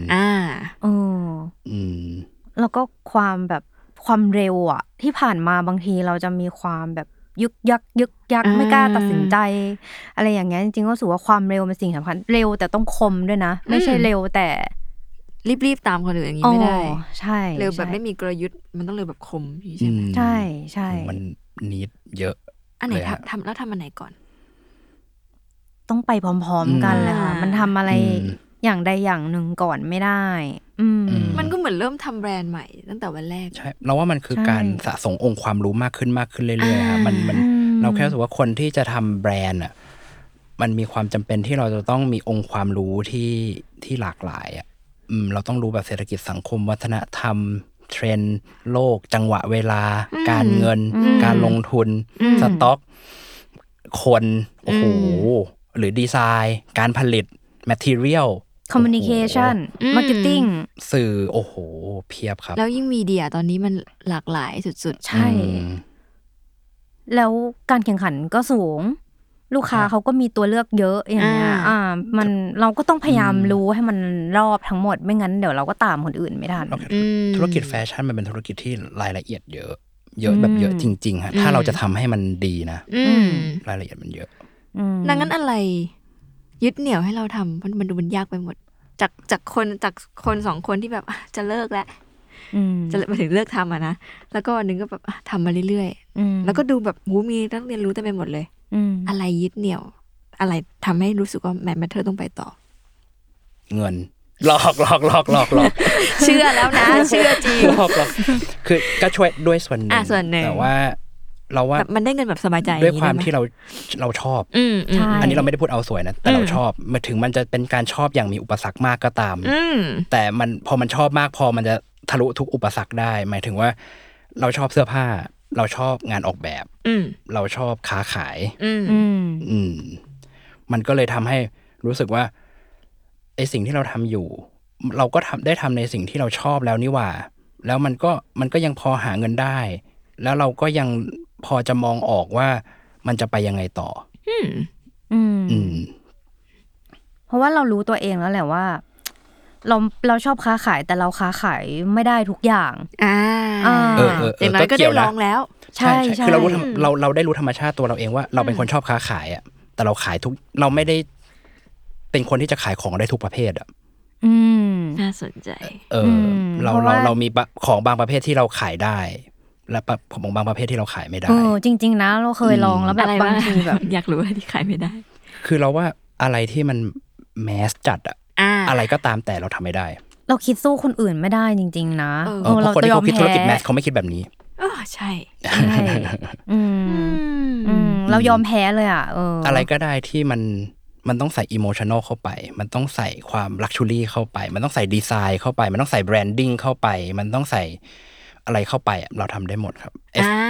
แล้วก็ความเร็วอ่ะที่ผ่านมาบางทีเราจะมีความแบบยึกยักไม่กล้าตัดสินใจอะไรอย่างเงี้ยจริงๆก็รู้สึกว่าความเร็วเป็นสิ่งสำคัญเร็วแต่ต้องคมด้วยนะไม่ใช่เร็วแต่รีบตามคนอื่นอย่างนี้ไม่ได้ใช่เร็วแบบไม่มีกลยุทธ์มันต้องเร็วแบบคมใช่ไหมใช่ใช่มันนิดเยอะอันไหนทำแล้วทำอันไหนก่อนต้องไปพร้อมๆกันเลยค่ะมันทำอะไรอย่างใดอย่างหนึ่งก่อนไม่ได้มันก็เหมือนเริ่มทำแบรนด์ใหม่ตั้งแต่วันแรกใช่เราว่ามันคือการสะสมองค์ความรู้มากขึ้นเรื่อยๆค่ะมันเราแค่รู้สึกว่าคนที่จะทำแบรนด์อ่ะมันมีความจำเป็นที่เราจะต้องมีองค์ความรู้ที่หลากหลายอ่ะเราต้องรู้แบบเศรษฐกิจสังคมวัฒนธรรมเทรนด์โลกจังหวะเวลาการเงินการลงทุนสต็อกคนโอ้โหหรือดีไซน์การผลิตmaterial communication marketing สื่อโอ้โหเพียบครับแล้วยิ่งมีเดียตอนนี้มันหลากหลายสุดๆใช่แล้วการแข่งขันก็สูงลูกค้าเขาก็มีตัวเลือกเยอะอย่างเงี้ยมันเราก็ต้องพยายามรู้ให้มันรอบทั้งหมดไม่งั้นเดี๋ยวเราก็ตามคนอื่นไม่ทันธุรกิจแฟชั่นมันเป็นธุรกิจที่รายละเอียดเยอะแบบเยอะจริงๆฮะถ้าเราจะทำให้มันดีนะรายละเอียดมันเยอะดังนั้นอะไรยึดเหนี่ยวให้เราทำมันดูมันยากไปหมดจากคน2คนที่แบบจะเลิกแล้วจะมาถึงเลิกทำนะแล้วก็วันนึงก็แบบทำมาเรื่อยๆแล้วก็ดูแบบมีต้องเรียนรู้เต็มไปหมดเลยอะไรยึดเหนี่ยวอะไรทำให้รู้สึกว่าแมทเธอต้องไปต่อเงินหลอกเชื่อแล้วนะเชื่อจริงหลอกคือก็ช่วยด้วยส่วนหนึ่งแต่ว่าเราว่ามันได้เงินแบบสบายใจด้วยความที่เราชอบอันนี้เราไม่ได้พูดเอาสวยนะแต่เราชอบมาถึงมันจะเป็นการชอบอย่างมีอุปสรรคมากก็ตามแต่มันพอมันชอบมากพอมันจะทะลุทุกอุปสรรคได้หมายถึงว่าเราชอบเสื้อผ้าเราชอบงานออกแบบเราชอบค้าขายมันก็เลยทำให้รู้สึกว่าไอสิ่งที่เราทำอยู่เราก็ได้ทำในสิ่งที่เราชอบแล้วนี่หว่าแล้วมันก็ยังพอหาเงินได้แล้วเราก็ยังพอจะมองออกว่ามันจะไปยังไงต่อเพราะว่าเรารู้ตัวเองแล้วแหละว่าเราชอบค้าขายแต่เราค้าขายไม่ได้ทุกอย่างอย่างน้อยก็ได้ลองแล้วใช่คือเราได้รู้ธรรมชาติตัวเราเองว่าเราเป็นคนชอบค้าขายอ่ะแต่เราขายทุกเราไม่ได้เป็นคนที่จะขายของได้ทุกประเภทอ่ะน่าสนใจเรามีของบางประเภทที่เราขายได้และของบางประเภทที่เราขายไม่ได้จริงๆนะเราเคยลองแล้วแบบบางทีแบบอยากรู้อะไรที่ขายไม่ได้คือเราว่าอะไรที่มันแมสจัดอะไรก็ตามแต่เราทำไม่ได้เราคิดสู้คนอื่นไม่ได้จริงๆนะเราคนที่เขาคิดธุรกิจแมสเขาไม่คิดแบบนี้ใช่เรายอมแพ้เลยอะไรก็ได้ที่มันมันต้องใส่อิโมชันนอลเข้าไปมันต้องใส่ความลักชัวรี่เข้าไปมันต้องใส่ดีไซน์เข้าไปมันต้องใส่แบรนดิ้งเข้าไปมันต้องใส่อะไรเข้าไปเราทำได้หมดครับ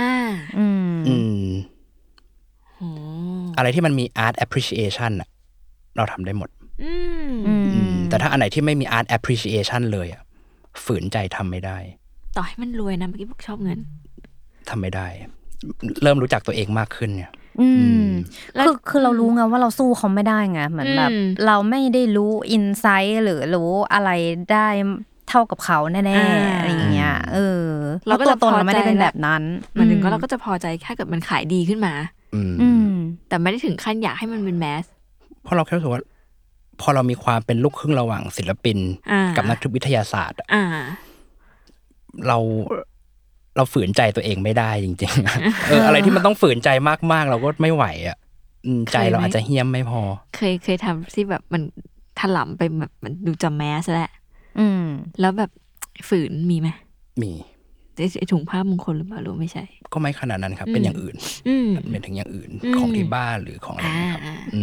อะไรที่มันมี art appreciation อะเราทำได้หมดแต่ถ้าอันไหนที่ไม่มี art appreciation เลยอะฝืนใจทำไม่ได้ต่อให้มันรวยนะเมื่อกี้บอกชอบเงินทำไม่ได้เริ่มรู้จักตัวเองมากขึ้นเนี่ยคือเรารู้ไงว่าเราสู้เขาไม่ได้ไงเหมือนแบบเราไม่ได้รู้อินไซต์หรือรู้อะไรได้เท่ากับเขาแน่ๆอะไรอย่างเงี้ยเราก็ตัวตนเราไม่ได้เป็นแบบนั้นมันถึงก็เราก็จะพอใจแค่เกิดมันขายดีขึ้นมาแต่ไม่ได้ถึงขั้นอยากให้มันเป็นแมสเพราะเราแค่รู้สึกว่าพอเรามีความเป็นลูกครึ่งระหว่างศิลปินกับนักวิทยาศาสตร์เราฝืนใจตัวเองไม่ได้จริงๆอะไรที่มันต้องฝืนใจมากๆเราก็ไม่ไหวอ่ะใจเราอาจจะเหี้ยมไม่พอเคยทำที่แบบมันถลำไปแบบมันดูจะแมสแหละแล้วแบบฝืนมีไหมมีถุงผ้ามงคลหรือเปล่ารู้ไม่ใช่ก็ไม่ขนาดนั้นครับเป็นอย่างอื่นเป็นถึงอย่างอื่นของที่บ้านหรือของอะไรครับ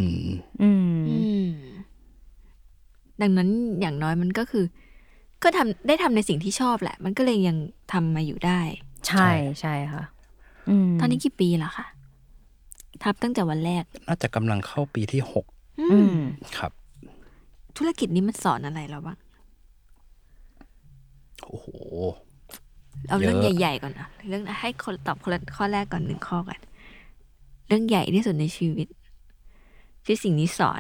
ดังนั้นอย่างน้อยมันก็คือก็ได้ทำในสิ่งที่ชอบแหละมันก็เลยยังทำมาอยู่ได้ใช่ใช่ค่ะตอนนี้กี่ปีแล้วคะทับตั้งแต่วันแรกน่าจะกำลังเข้าปีที่6ครับธุรกิจนี้มันสอนอะไรเราบ้างโอ้โหเอาเรื่องใหญ่ๆก่อนนะเรื่องให้คนตอบคนละข้อแรกก่อน1ข้อก่อนเรื่องใหญ่ที่สุดในชีวิตที่สิ่งนี้สอน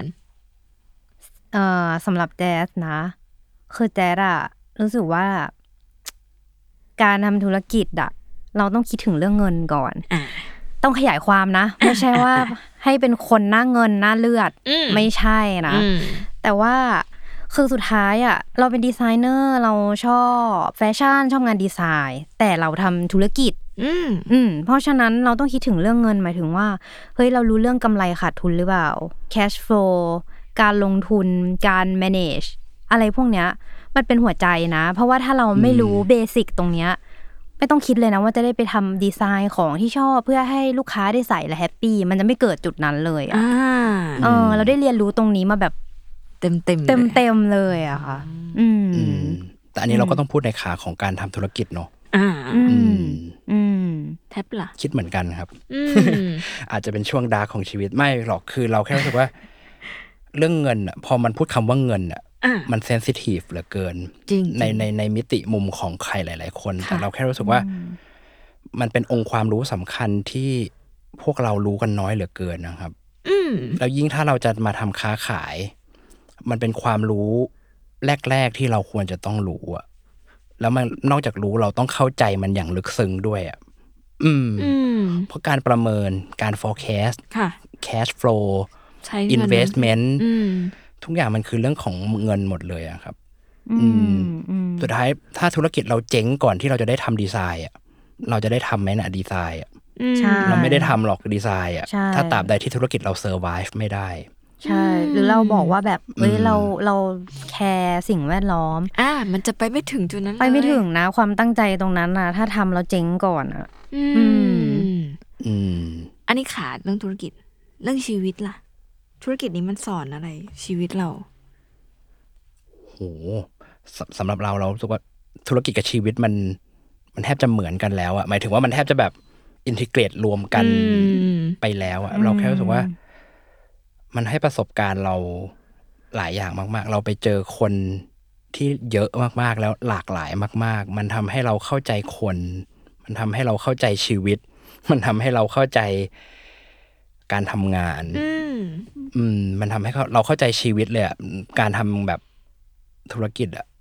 สำหรับแจ๊สนะคือแจ๊สอะรู้สึกว่าการทำธุรกิจอะเราต้องคิดถึงเรื่องเงินก่อนต้องขยายความนะไม่ใช่ว่าให้เป็นคนหน้าเงินหน้าเลือดไม่ใช่นะแต่ว่าคือสุดท้ายอะเราเป็นดีไซเนอร์เราชอบแฟชั่นชอบงานดีไซน์แต่เราทำธุรกิจเพราะฉะนั้นเราต้องคิดถึงเรื่องเงินหมายถึงว่าเฮ้ยเรารู้เรื่องกำไรขาดทุนหรือเปล่า cash flow การลงทุนการ manage อะไรพวกเนี้ยมันเป็นหัวใจนะเพราะว่าถ้าเราไม่รู้เบสิกตรงเนี้ยไม่ต้องคิดเลยนะว่าจะได้ไปทำดีไซน์ของที่ชอบเพื่อให้ลูกค้าได้ใส่และแฮปปี้มันจะไม่เกิดจุดนั้นเลยเราได้เรียนรู้ตรงนี้มาแบบเต็มเลยอะค่ะแต่อันนี้เราก็ต้องพูดในขาของการทำธุรกิจเนาะแทบล่ะคิดเหมือนกันครับอาจจะเป็นช่วงดาร์กของชีวิตไม่หรอกคือเราแค่รู้สึกว่าเรื่องเงินอ่ะพอมันพูดคำว่าเงินอ่ะมันเซนซิทีฟเหลือเกินในมิติมุมของใครหลายๆคนแต่เราแค่รู้สึกว่ามันเป็นองค์ความรู้สำคัญที่พวกเรารู้กันน้อยเหลือเกินนะครับแล้วยิ่งถ้าเราจะมาทำค้าขายมันเป็นความรู้แรกๆที่เราควรจะต้องรู้อ่ะแล้วมันนอกจากรู้เราต้องเข้าใจมันอย่างลึกซึ้งด้วยอ่ะเพราะการประเมินการ forecast cash flow investment ทุกอย่างมันคือเรื่องของเงินหมดเลยอะครับสุดท้ายถ้าธุรกิจเราเจ๊งก่อนที่เราจะได้ทำดีไซน์อ่ะเราจะได้ทำไหมนะดีไซน์อ่ะเราไม่ได้ทำหรอกดีไซน์อ่ะถ้าตราบใดที่ธุรกิจเรา survive ไม่ได้ใช่หรือเราบอกว่าแบบเฮ้ยเราแคร์สิ่งแวดล้อมมันจะไปไม่ถึงจุดนั้นไปไม่ถึงนะความตั้งใจตรงนั้นนะถ้าทำเราเจ๊งก่อนอ่ะอันนี้ขาดเรื่องธุรกิจเรื่องชีวิตล่ะธุรกิจนี้มันสอนอะไรชีวิตเราโหสำหรับเรารู้สึกว่าธุรกิจกับชีวิตมันแทบจะเหมือนกันแล้วอ่ะหมายถึงว่ามันแทบจะแบบอินทิเกรตรวมกันไปแล้วอ่ะเราแค่รู้สึกว่ามันให้ประสบการณ์เราหลายอย่างมากๆเราไปเจอคนที่เยอะมากๆแล้วหลากหลายมากๆมันทำให้เราเข้าใจคนมันทำให้เราเข้าใจชีวิตมันทำให้เราเข้าใจการทำงานมันทำให้เราเข้าใจชีวิตเลยอ่ะการทำแบบธุรกิจอ่ะ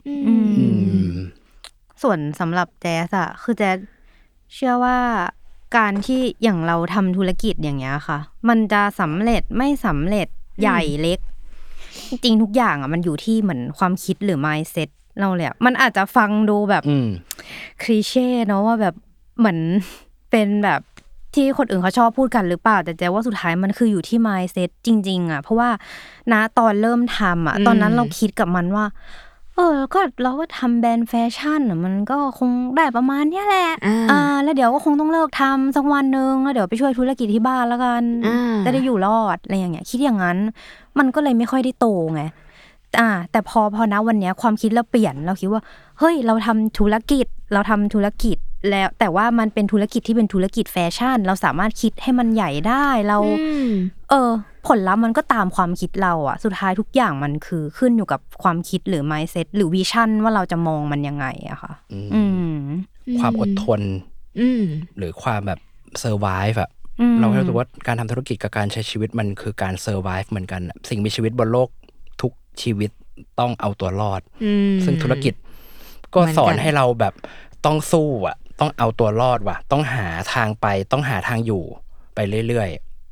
ส่วนสำหรับแจ๊สอะคือแจ๊สเชื่อว่าการที่อย่างเราทำธุรกิจอย่างเงี้ยค่ะมันจะสำเร็จไม่สำเร็จใหญ่เล็กจริงๆทุกอย่างอ่ะมันอยู่ที่เหมือนความคิดหรือ mindset เราเลยมันอาจจะฟังดูแบบคลีเช่เนาะว่าแบบเหมือนเป็นแบบที่คนอื่นเขาชอบพูดกันหรือเปล่าแต่แจ๊ว่าสุดท้ายมันคืออยู่ที่ mindset จริงๆอ่ะเพราะว่าณตอนเริ่มทำอ่ะตอนนั้นเราคิดกับมันว่าก็เราก็ทำแบรนด์แฟชั่นมันก็คงได้ประมาณนี้แหละแล้วเดี๋ยวก็คงต้องเลิกทำสักวันนึงแล้วเดี๋ยวไปช่วยธุรกิจที่บ้านแล้วกันจะได้อยู่รอดอะไรอย่างเงี้ยคิดอย่างนั้นมันก็เลยไม่ค่อยได้โตไงแต่พอนะวันนี้ความคิดเราเปลี่ยนเราคิดว่าเฮ้ยเราทำธุรกิจแล้วแต่ว่ามันเป็นธุรกิจที่เป็นธุรกิจแฟชั่นเราสามารถคิดให้มันใหญ่ได้เราผลลัพธ์มันก็ตามความคิดเราอ่ะสุดท้ายทุกอย่างมันคือขึ้นอยู่กับความคิดหรือ mindset หรือวิชั่นว่าเราจะมองมันยังไงอะค่ะความอดทนหรือความแบบ survive อะเรารู้สึกว่าการทำธุรกิจกับการใช้ชีวิตมันคือการ survive เหมือนกันสิ่งมีชีวิตบนโลกทุกชีวิตต้องเอาตัวรอดซึ่งธุรกิจก็สอนให้เราแบบต้องสู้อะต้องเอาตัวรอดว่ะต้องหาทางไปต้องหาทางอยู่ไปเรื่อย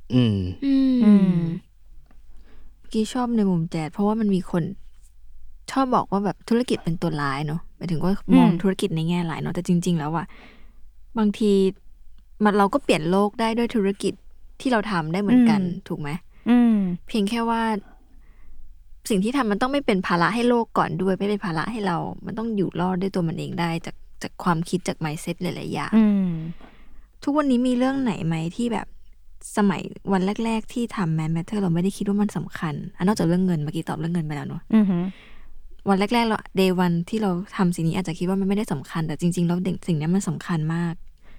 ๆกี้ชอบในมุมแจ๊ดเพราะว่ามันมีคนชอบบอกว่าแบบธุรกิจเป็นตัวร้ายเนาะหมายถึงว่ามองธุรกิจในแง่ร้ายเนาะแต่จริงๆแล้วอะบางทีเราก็เปลี่ยนโลกได้ด้วยธุรกิจที่เราทำได้เหมือนกันถูกไหมเพียงแค่ว่าสิ่งที่ทำมันต้องไม่เป็นภาระให้โลกก่อนด้วยไม่เป็นภาระให้เรามันต้องอยู่รอดด้วยตัวมันเองได้จากความคิดจาก mindset หลายๆอย่างทุกวันนี้มีเรื่องไหนไหมที่แบบสมัยวันแรกๆที่ทำ Man Matter เราไม่ได้คิดว่ามันสำคัญนอกจากเรื่องเงินเมื่อกี้ตอบเรื่องเงินไปแล้วเนอะวันแรกๆเรา day one ที่เราทำสิ่งนี้อาจจะคิดว่ามันไม่ได้สำคัญแต่จริงๆแล้วสิ่งนี้มันสำคัญมาก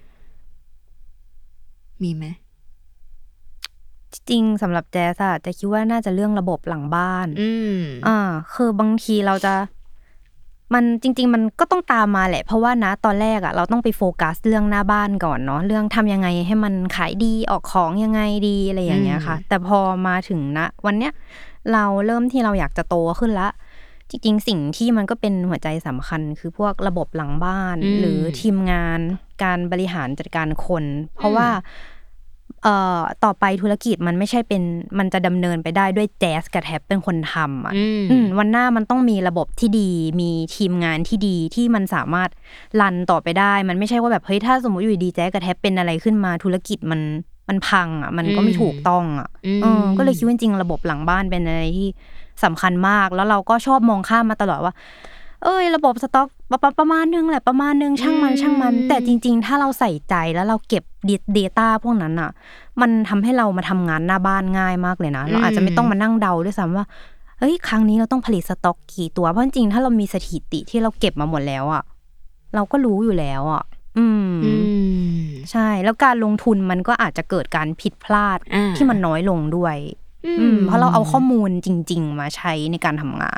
มีไหมจริงสำหรับแจ๊สจะคิดว่าน่าจะเรื่องระบบหลังบ้านคือบางทีเราจะมันจริงๆมันก็ต้องตามมาแหละเพราะว่านะตอนแรกเราต้องไปโฟกัสเรื่องหน้าบ้านก่อนเนาะเรื่องทำยังไงให้มันขายดีออกของยังไงดีอะไรอย่างเงี้ยค่ะแต่พอมาถึงนะวันเนี้ยเราเริ่มที่เราอยากจะโตขึ้นละจริงๆสิ่งที่มันก็เป็นหัวใจสำคัญคือพวกระบบหลังบ้านหรือทีมงานการบริหารจัดการคนเพราะว่าต่อไปธุรกิจมันไม่ใช่เป็นมันจะดำเนินไปได้ด้วยแจ๊สกับแท็บเป็นคนทำวันหน้ามันต้องมีระบบที่ดีมีทีมงานที่ดีที่มันสามารถรันต่อไปได้มันไม่ใช่ว่าแบบเฮ้ยถ้าสมมติอยู่ดีแจ๊สกับแท็บเป็นอะไรขึ้นมาธุรกิจมันพังมันก็ไม่ถูกต้องก็เลยคิดว่าจริงระบบหลังบ้านเป็นอะไรที่สำคัญมากแล้วเราก็ชอบมองข้ามมาตลอดว่าระบบสต็อกประมาณนึงแหละประมาณนึงช่างมันแต่จริงๆถ้าเราใส่ใจแล้วเราเก็บ data พวกนั้นอ่ะมันทำให้เรามาทำงานหน้าบ้านง่ายมากเลยนะเราอาจจะไม่ต้องมานั่งเดาด้วยซ้ำว่าเฮ้ยครั้งนี้เราต้องผลิตสต็อกกี่ตัวเพราะจริงๆถ้าเรามีสถิติที่เราเก็บมาหมดแล้วอ่ะเราก็รู้อยู่แล้วอ่ะใช่แล้วการลงทุนมันก็อาจจะเกิดการผิดพลาดที่มันน้อยลงด้วยเพราะเราเอาข้อมูลจริงๆมาใช้ในการทำงาน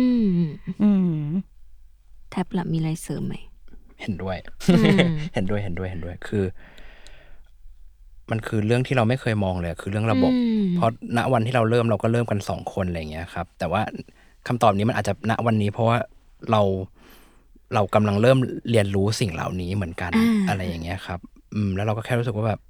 แท็บละมีอะไรเสริมไหมเห็นด้วย เห็นด้วยคือมันคือเรื่องที่เราไม่เคยมองเลยคือเรื่องระบบเพราะณวันที่เราเริ่มกัน2คนอะไรอย่างเงี้ยครับแต่ว่าคำตอบนี้มันอาจจะณวันนี้เพราะว่าเรากำลังเริ่มเรียนรู้สิ่งเหล่านี้เหมือนกันอะไรอย่างเงี้ยครับแล้วเราก็แค่รู้สึกว่าแบบ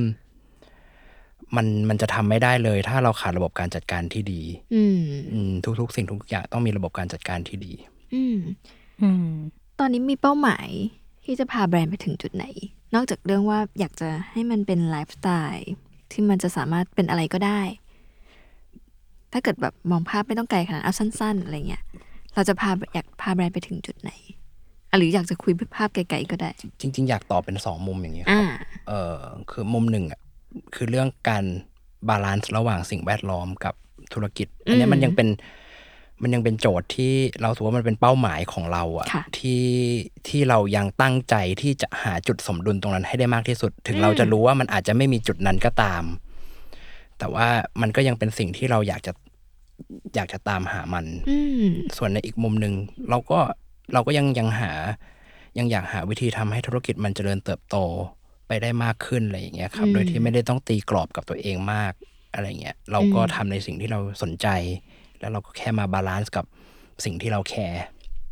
มันจะทำไม่ได้เลยถ้าเราขาดระบบการจัดการที่ดีทุกสิ่งทุกอย่างต้องมีระบบการจัดการที่ดีตอนนี้มีเป้าหมายที่จะพาแบรนด์ไปถึงจุดไหนนอกจากเรื่องว่าอยากจะให้มันเป็นไลฟ์สไตล์ที่มันจะสามารถเป็นอะไรก็ได้ถ้าเกิดแบบมองภาพไม่ต้องไกลขนาดเอาสั้นๆอะไรเงี้ยเราจะอยากพาแบรนด์ไปถึงจุดไหนหรืออยากจะคุยภาพไกลๆก็ได้จริงๆอยากตอบเป็น2มุมอย่างนี้ครับคือมุมหนึ่งคือเรื่องการบาลานซ์ระหว่างสิ่งแวดล้อมกับธุรกิจอันนี้มันยังเป็นโจทย์ที่เราถือว่ามันเป็นเป้าหมายของเราที่เรายังตั้งใจที่จะหาจุดสมดุลตรงนั้นให้ได้มากที่สุดถึงเราจะรู้ว่ามันอาจจะไม่มีจุดนั้นก็ตามแต่ว่ามันก็ยังเป็นสิ่งที่เราอยากจะตามหามันส่วนในอีกมุมนึงเราก็ยังอยากหาวิธีทำให้ธุรกิจมันเจริญเติบโตไปได้มากขึ้นอะไรอย่างเงี้ยครับโดยที่ไม่ได้ต้องตีกรอบกับตัวเองมากอะไรเงี้ยเราก็ทำในสิ่งที่เราสนใจแล้วเราก็แค่มาบาลานซ์กับสิ่งที่เราแคร์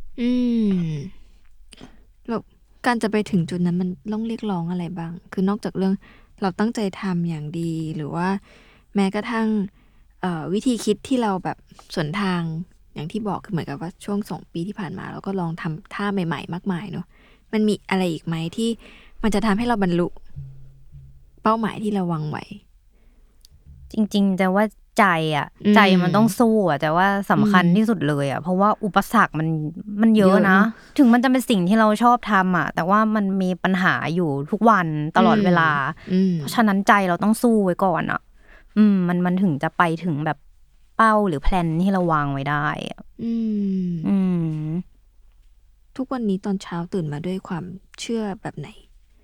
แล้วการจะไปถึงจุดนั้นมันต้องเรียกร้องอะไรบ้างคือนอกจากเรื่องเราตั้งใจทำอย่างดีหรือว่าแม้กระทั่งวิธีคิดที่เราแบบสวนทางอย่างที่บอกคือเหมือนกับว่าช่วง2 ปีที่ผ่านมาเราก็ลองทำท่าใหม่ๆมากมายเนาะมันมีอะไรอีกไหมที่มันจะทำให้เราบรรลุเป้าหมายที่เราวางไว้จริงๆแต่ว่าใจอ่ะใจมันต้องสู้อ่ะแต่ว่าสำคัญที่สุดเลยอ่ะเพราะว่าอุปสรรคมันเยอะนะถึงมันจะเป็นสิ่งที่เราชอบทำอ่ะแต่ว่ามันมีปัญหาอยู่ทุกวันตลอดเวลาเพราะฉะนั้นใจเราต้องสู้ไว้ก่อนอ่ะมันถึงจะไปถึงแบบเป้าหรือแพลนที่เราวางไว้ได้ทุกวันนี้ตอนเช้าตื่นมาด้วยความเชื่อแบบไหน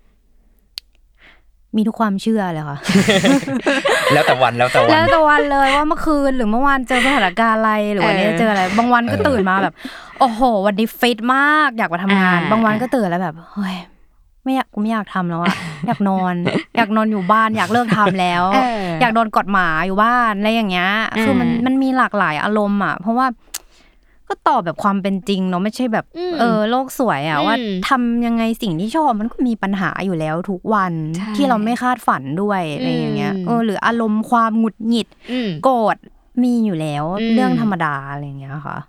มีทุกความเชื่อเลยค่ะแล้วแต่วันเลยว่าเมื่อคืนหรือเมื่อวานเจอสถานการณ์อะไรหรือวันนี้เจออะไรบางวันก็ตื่นมาแบบโอ้โหวันนี้ฟิตมากอยากไปทำงานบางวันก็ตื่นแล้วแบบเฮ้ยไม่อยากทำแล้วอะอยากนอนอยู่บ้านอยากเลิกทำแล้วอยากโดนกดหมาอยู่บ้านอะไรอย่างเงี้ยคือมันมีหลากหลายอารมณ์อะเพราะว่าก็ตอบแบบความเป็นจริงเนาะไม่ใช่แบบโลกสวยอะว่าทำยังไงสิ่งที่ชอบมันก็มีปัญหาอยู่แล้วทุกวันที่เราไม่คาดฝันด้วยอะไรอย่างเงี้ยหรืออารมณ์ความหงุดหงิดโกรธมีอยู่แล้วเรื่องธรรมดาอะไรอย่างเงี้ยค่ะ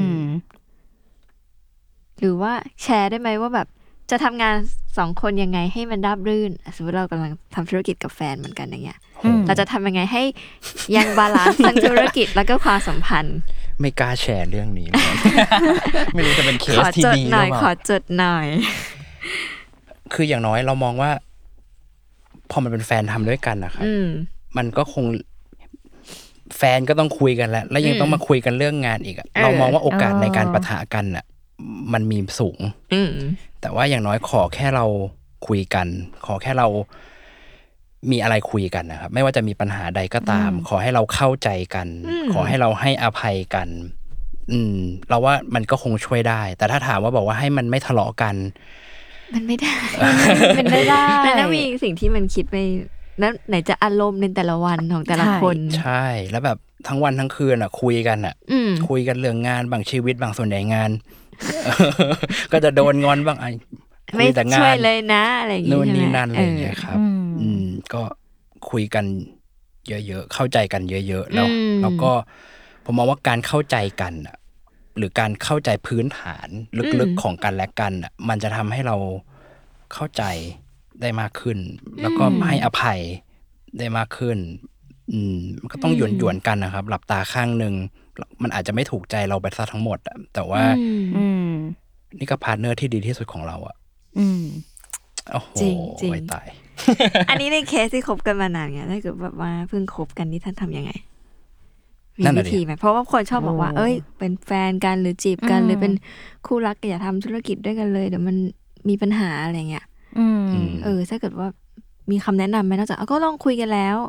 หรือว่าแชร์ได้ไหมว่าแบบจะทำงาน2คนยังไงให้มันราบรื่นสมมติเรากำลังทำธุรกิจกับแฟนเหมือนกันอย่างเงี้ยเราจะทำยังไงให้ยังบาลานซ์ทั้งธุรกิจแล้วก็ความสัมพันธ์ไม่กล้าแชร์เรื่องนี้ ไม่รู้จะเป็นเคสที่ดีหรือเปล่าขอจดหน่อยคืออย่างน้อยเรามองว่าพอมันเป็นแฟนทำด้วยกันนะครับมันก็คงแฟนก็ต้องคุยกันแล้วยังต้องมาคุยกันเรื่องงานอีกเรามองว่าโอกาสในการปะทะกันน่ะมันมีสูงแต่ว่าอย่างน้อยขอแค่เราคุยกันขอแค่เรามีอะไรคุยกันนะครับไม่ว่าจะมีปัญหาใดก็ตามขอให้เราเข้าใจกันขอให้เราให้อภัยกันเราว่ามันก็คงช่วยได้แต่ถ้าถามว่าบอกว่าให้มันไม่ทะเลาะกันมันไม่ได้มันไม่ได้มันต้องมีสิ่งที่มันคิดไปแล้วไหนจะอารมณ์ในแต่ละวันของแต่ละคนใช่แล้วแบบทั้งวันทั้งคืนอ่ะคุยกันอ่ะคุยกันเรื่องงานบางชีวิตบางส่วนใหญ่งานก็จะโดนงอนบ้างไม่ช่วยเลยนะอะไรอย่างเงี้ยนู่นนี่นั่นอะไรอย่างเงี้ยครับก็คุยกันเยอะๆเข้าใจกันเยอะๆแล้วก็ผมมองว่าการเข้าใจกันหรือการเข้าใจพื้นฐานลึกๆของกันและกันมันจะทำให้เราเข้าใจได้มากขึ้นแล้วก็ให้อภัยได้มากขึ้นมันก็ต้องหยวนๆกันนะครับหลับตาข้างนึงมันอาจจะไม่ถูกใจเราไปซะทั้งหมดแต่ว่านี่ก็พาร์ทเนอร์ที่ดีที่สุดของเราโอ้โหตายอันนี้ในเคสที่คบกันมานานไงถ้าเกิดแบบว่าเพิ่งคบกันนี่ท่านทำยังไงมีวิธีไหมเพราะว่าคนชอบบอกว่าเอ้ยเป็นแฟนกันหรือจีบกันหรือเป็นคู่รักอย่าทำธุรกิจด้วยกันเลยเดี๋ยวมันมีปัญหาอะไรเงี้ยถ้าเกิดว่ามีคำแนะนำไหมนอกจากก็ลองคุยกันแล้ว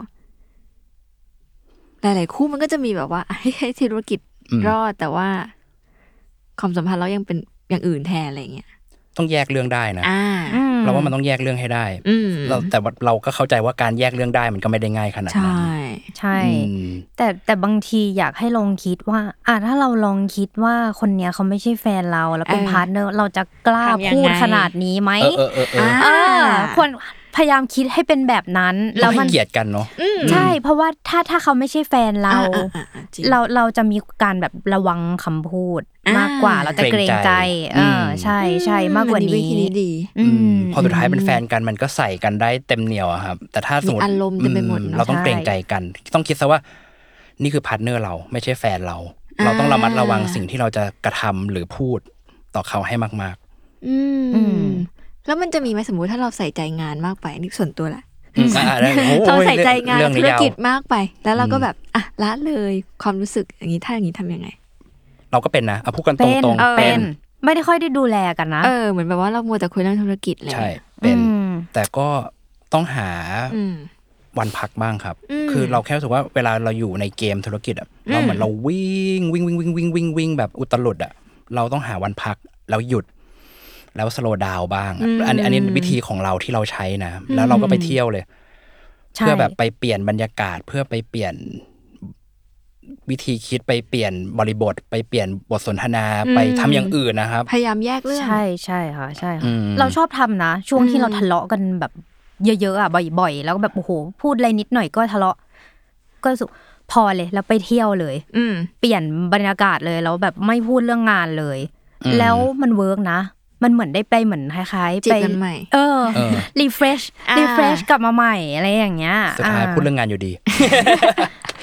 หลายๆคู่มันก็จะมีแบบว่าให้ธุรกิจรอดแต่ว่าความสัมพันธ์เรายังเป็นอย่างอื่นแทนอะไรเงี้ยต้องแยกเรื่องได้นะเราว่ามันต้องแยกเรื่องให้ได้แต่เราก็เข้าใจว่าการแยกเรื่องได้มันก็ไม่ได้ง่ายขนาดนั้นใช่แต่บางทีอยากให้ลองคิดว่าถ้าเราลองคิดว่าคนเนี้ยเขาไม่ใช่แฟนเราแล้วเป็นพาร์ทเนอร์เราจะกล้าพูดขนาดนี้ไหมควรพยายามคิดให้เป็นแบบนั้นแล้วมันเกลียดกันเนาะใช่เพราะว่าถ้าเขาไม่ใช่แฟนเราจะมีการแบบระวังคำพูดมากกว่าเราจะเกรงใจใช่มากกว่านี้พอสุดท้ายเป็นแฟนกันมันก็ใส่กันได้เต็มเหนี่ยวครับแต่ถ้าสมมติอารมณ์จะไปหมดเราต้องเกรงใจกันต้องคิดซะว่านี่คือพาร์ทเนอร์เราไม่ใช่แฟนเราต้องระมัดระวังสิ่งที่เราจะกระทำหรือพูดต่อเขาให้มากๆแล้วมันจะมีไหมสมมุติถ้าเราใส่ใจงานมากไปนี่ส่วนตัวแหละเราใส่ใจงานธุรกิจมากไปแล้วเราก็แบบละเลยความรู้สึกอย่างนี้ถ้าอย่างนี้ทำยังไงเราก็เป็นนะพูดกันตรงๆเป็นไม่ได้ค่อยได้ดูแลกันนะเหมือนแบบว่าเรามัวแต่คุยเรื่องธุรกิจเลยใช่เป็นแต่ก็ต้องหาวันพักบ้างครับคือเราแค่รู้สึกว่าเวลาเราอยู่ในเกมธุรกิจเราเหมือนเราวิ่งแบบอุตลุดเราต้องหาวันพักแล้วหยุดแล้วสโลว์ดาวน์บ้างอันนี้วิธีของเราที่เราใช้นะแล้วเราก็ไปเที่ยวเลยเพื่อแบบไปเปลี่ยนบรรยากาศเพื่อไปเปลี่ยนวิธีคิดไปเปลี่ยนบริบทไปเปลี่ยนบทสนทนาไปทำอย่างอื่นนะครับพยายามแยกเรื่องใช่ค่ะใช่ค่ะเราชอบทำนะช่วงที่เราทะเลาะกันแบบเยอะๆบ่อยๆแล้วก็แบบโอ้โหพูดอะไรนิดหน่อยก็ทะเลาะก็สุพอเลยแล้วไปเที่ยวเลยเปลี่ยนบรรยากาศเลยแล้วแบบไม่พูดเรื่องงานเลยแล้วมันเวิร์กนะมันเหมือนได้ไปเหมือนคล้ายๆไปใหม่รีเฟรชกลับมาใหม่อะไรอย่างเงี้ยสุดท้ายพูดเรื่องงานอยู่ดี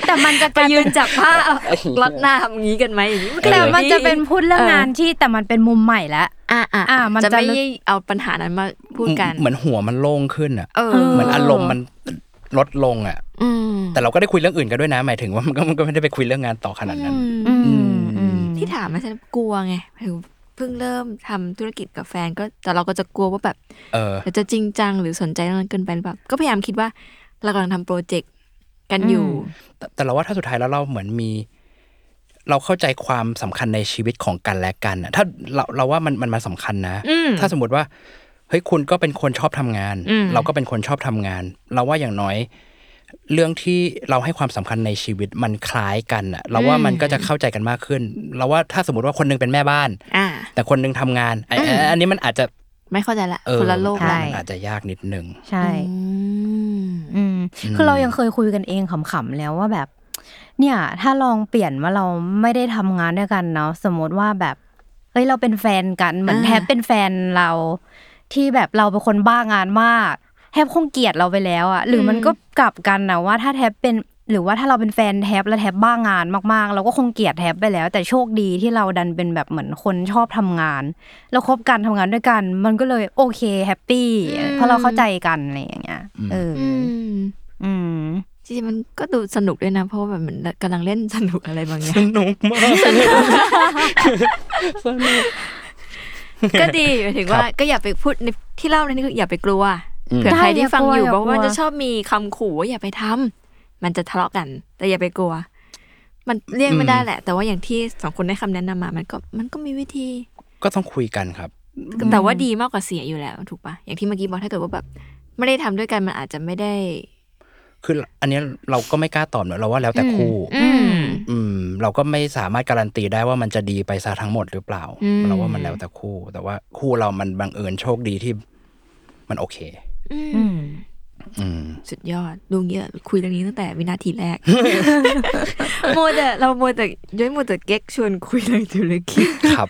แต่มันจะไปยืนจับผ้ารัดหน้าทำอย่างนี้กันไหมอย่างนี้แต่มันจะเป็นพูดเรื่องงานที่แต่มันเป็นมุมใหม่แล้วมันจะไม่เอาปัญหานั้นมาพูดกันเหมือนหัวมันโล่งขึ้นอ่ะเหมือนอารมณ์มันลดลงอ่ะแต่เราก็ได้คุยเรื่องอื่นกันด้วยนะหมายถึงว่ามันก็ไม่ได้ไปคุยเรื่องงานต่อขนาดนั้นที่ถามมาฉันกลัวไงเพิ่งเริ่มทำธุรกิจกับแฟนก็แต่เราก็จะกลัวว่าแบบจะจริงจังหรือสนใจนั้นเกินไปหรือเปล่าก็พยายามคิดว่าเรากำลังทำโปรเจกต์กันอยู่แต่เราว่าถ้าสุดท้ายแล้วเราเหมือนมีเราเข้าใจความสำคัญในชีวิตของกันและกันอ่ะถ้าเราว่ามันสำคัญนะถ้าสมมติว่าเฮ้ยคุณก็เป็นคนชอบทำงานเราก็เป็นคนชอบทำงานเราว่าอย่างน้อยเรื่องที่เราให้ความสำคัญในชีวิตมันคล้ายกันอ่ะเราว่ามันก็จะเข้าใจกันมากขึ้นเราว่าถ้าสมมติว่าคนนึงเป็นแม่บ้านแต่คนนึงทำงานอันนี้มันอาจจะไม่เข้าใจละคนละโลกมันอาจจะยากนิดนึงใช่คือเรายังเคยคุยกันเองขำๆแล้วว่าแบบเนี่ยถ้าลองเปลี่ยนว่าเราไม่ได้ทำงานด้วยกันเนาะสมมติว่าแบบเฮ้ยเราเป็นแฟนกันเหมือนแทบเป็นแฟนเราที่แบบเราเป็นคนบ้างานมากแทบคงเกลียดเราไปแล้วอ่ะหรือมันก็กลับกันนะว่าถ้าแทบเป็นหรือว่าถ้าเราเป็นแฟนแทบแล้วแทบบ้างานมากๆเราก็คงเกลียดแทบไปแล้วแต่โชคดีที่เราดันเป็นแบบเหมือนคนชอบทำงานแล้วคบกันทำงานด้วยกันมันก็เลยโอเคแฮปปี้เพราะเราเข้าใจกันอะไรอย่างเงี้ยจริงๆมันก็ดูสนุกด้วยนะเพราะแบบเหมือนกำลังเล่นสนุกอะไรบางอย่างสนุกมากสนุกก็ดีหมายถึงว่าก็อย่าไปพูดที่เล่านี่คืออย่าไปกลัวเผื่อใครที่ฟังอยู่บอกว่าจะชอบมีคำขู่ว่าอย่าไปทำมันจะทะเลาะกันแต่อย่าไปกลัวมันเลี่ยงไม่ได้แหละแต่ว่าอย่างที่2คนได้คำแนะนำมามันก็มีวิธีก็ต้องคุยกันครับแต่ว่าดีมากกว่าเสียอยู่แล้วถูกปะอย่างที่เมื่อกี้บอกถ้าเกิดว่าแบบไม่ได้ทำด้วยกันมันอาจจะไม่ได้คืออันนี้เราก็ไม่กล้าตอบเนอะเราว่าแล้วแต่คู่เราก็ไม่สามารถการันตีได้ว่ามันจะดีไปซะทั้งหมดหรือเปล่าเราว่ามันแล้วแต่คู่แต่ว่าคู่เรามันบังเอิญโชคดีที่มันโอเคสุดยอดดูเงี้ยคุยเรื่องนี้ตั้งแต่วินาทีแรกโมแต่เราโมแต่ย้อยโมแต่เก๊กชวนคุยเรื่องธุรกิจครับ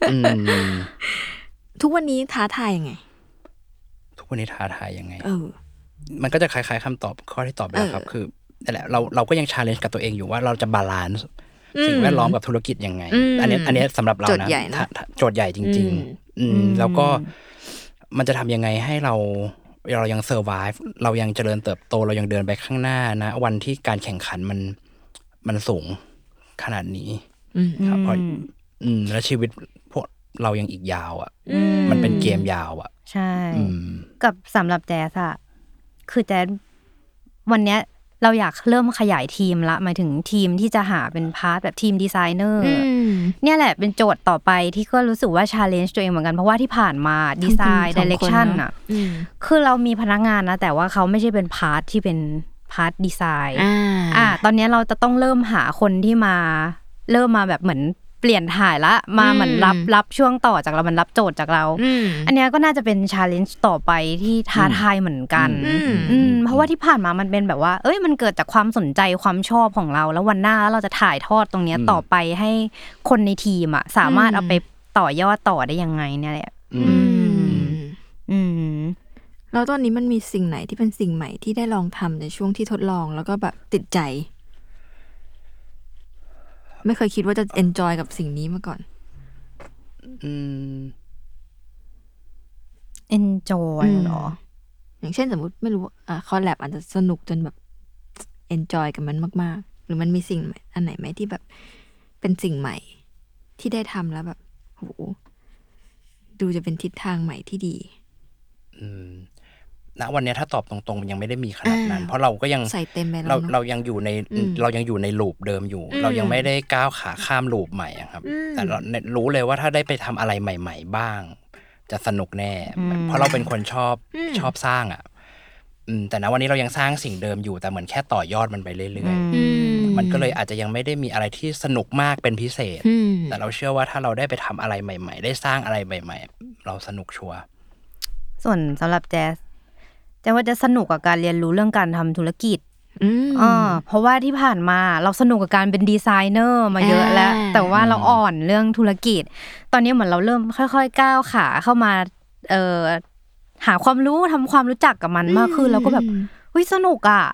ทุกวันนี้ท้าทายยังไงทุกวันนี้ท้าทายยังไงมันก็จะคล้ายๆคำตอบข้อที่ตอบไปแล้วครับคือนั่นแหละเราก็ยัง challenge กับตัวเองอยู่ว่าเราจะบาลานซ์สิ่งแวดล้อมกับธุรกิจยังไงอันนี้สำหรับเรานะโจทย์ใหญ่จริงๆแล้วก็มันจะทำยังไงให้เรายัง survive เรายังเจริญเติบโตเรายังเดินไปข้างหน้านะวันที่การแข่งขันมันสูงขนาดนี้ครับเพราะแล้วชีวิตพวกเรายังอีกยาวอ่ะมันเป็นเกมยาวอ่ะใช่กับสำหรับแจ๊สอะคือแจ๊สวันเนี้ยเราอยากเริ่มขยายทีมละหมายถึงทีมที่จะหาเป็นพาร์ทแบบทีมดีไซเนอร์เนี่ยแหละเป็นโจทย์ต่อไปที่ก็รู้สึกว่า challenge ตัวเองเหมือนกันเพราะว่าที่ผ่านมาดีไซน์ direction อ่ะคือเรามีพนักงานนะแต่ว่าเขาไม่ใช่เป็นพาร์ทที่เป็นพาร์ทดีไซน์ตอนนี้เราจะต้องเริ่มหาคนที่เริ่มมาแบบเหมือนเปลี่ยนถ่ายละมาเหมือนรับช่วงต่อจากเรามันรับโจทย์จากเราอันนี้ก็น่าจะเป็น challenge ต่อไปที่ท้าทายเหมือนกันเพราะว่าที่ผ่านมามันเป็นแบบว่ามันเกิดจากความสนใจความชอบของเราแล้ววันหน้าเราจะถ่ายทอดตรงนี้ต่อไปให้คนในทีมอ่ะสามารถเอาไปต่อยอดต่อได้ยังไงเนี่ยแหละแล้วตอนนี้มันมีสิ่งไหนที่เป็นสิ่งใหม่ที่ได้ลองทำในช่วงที่ทดลองแล้วก็แบบติดใจไม่เคยคิดว่าจะ enjoy กับสิ่งนี้มาก่อน enjoy เหรออย่างเช่นสมมุติไม่รู้คอลแลบอาจจะสนุกจนแบบ enjoy กับมันมากๆหรือมันมีสิ่งอันไหนไหมที่แบบเป็นสิ่งใหม่ที่ได้ทำแล้วแบบโหดูจะเป็นทิศทางใหม่ที่ดีณวันนี้ถ้าตอบตรงๆยังไม่ได้มีขนาดนั้นเพราะเราก็ยังใส่เต็มไปแล้วเรายังอยู่ในลูปเดิมอยู่เรายังไม่ได้ก้าวขาข้ามลูปใหม่ครับแต่เรารู้เลยว่าถ้าได้ไปทำอะไรใหม่ๆบ้างจะสนุกแน่เพราะเราเป็นคนชอบสร้างแต่ณวันนี้เรายังสร้างสิ่งเดิมอยู่แต่เหมือนแค่ต่อยอดมันไปเรื่อยๆมันก็เลยอาจจะยังไม่ได้มีอะไรที่สนุกมากเป็นพิเศษแต่เราเชื่อว่าถ้าเราได้ไปทำอะไรใหม่ๆได้สร้างอะไรใหม่ๆเราสนุกชัวร์ส่วนสำหรับแจ๊สแต่ว่าจะสนุกกับการเรียนรู้เรื่องการทำธุรกิจเพราะว่าที่ผ่านมาเราสนุกกับการเป็นดีไซเนอร์มาเยอะแล้วแต่ว่าเราอ่อนเรื่องธุรกิจตอนนี้เหมือนเราเริ่มค่อยๆก้าวขาเข้ามาหาความรู้ทำความรู้จักกับมันมากขึ้นแล้วก็แบบสนุกอ่ะ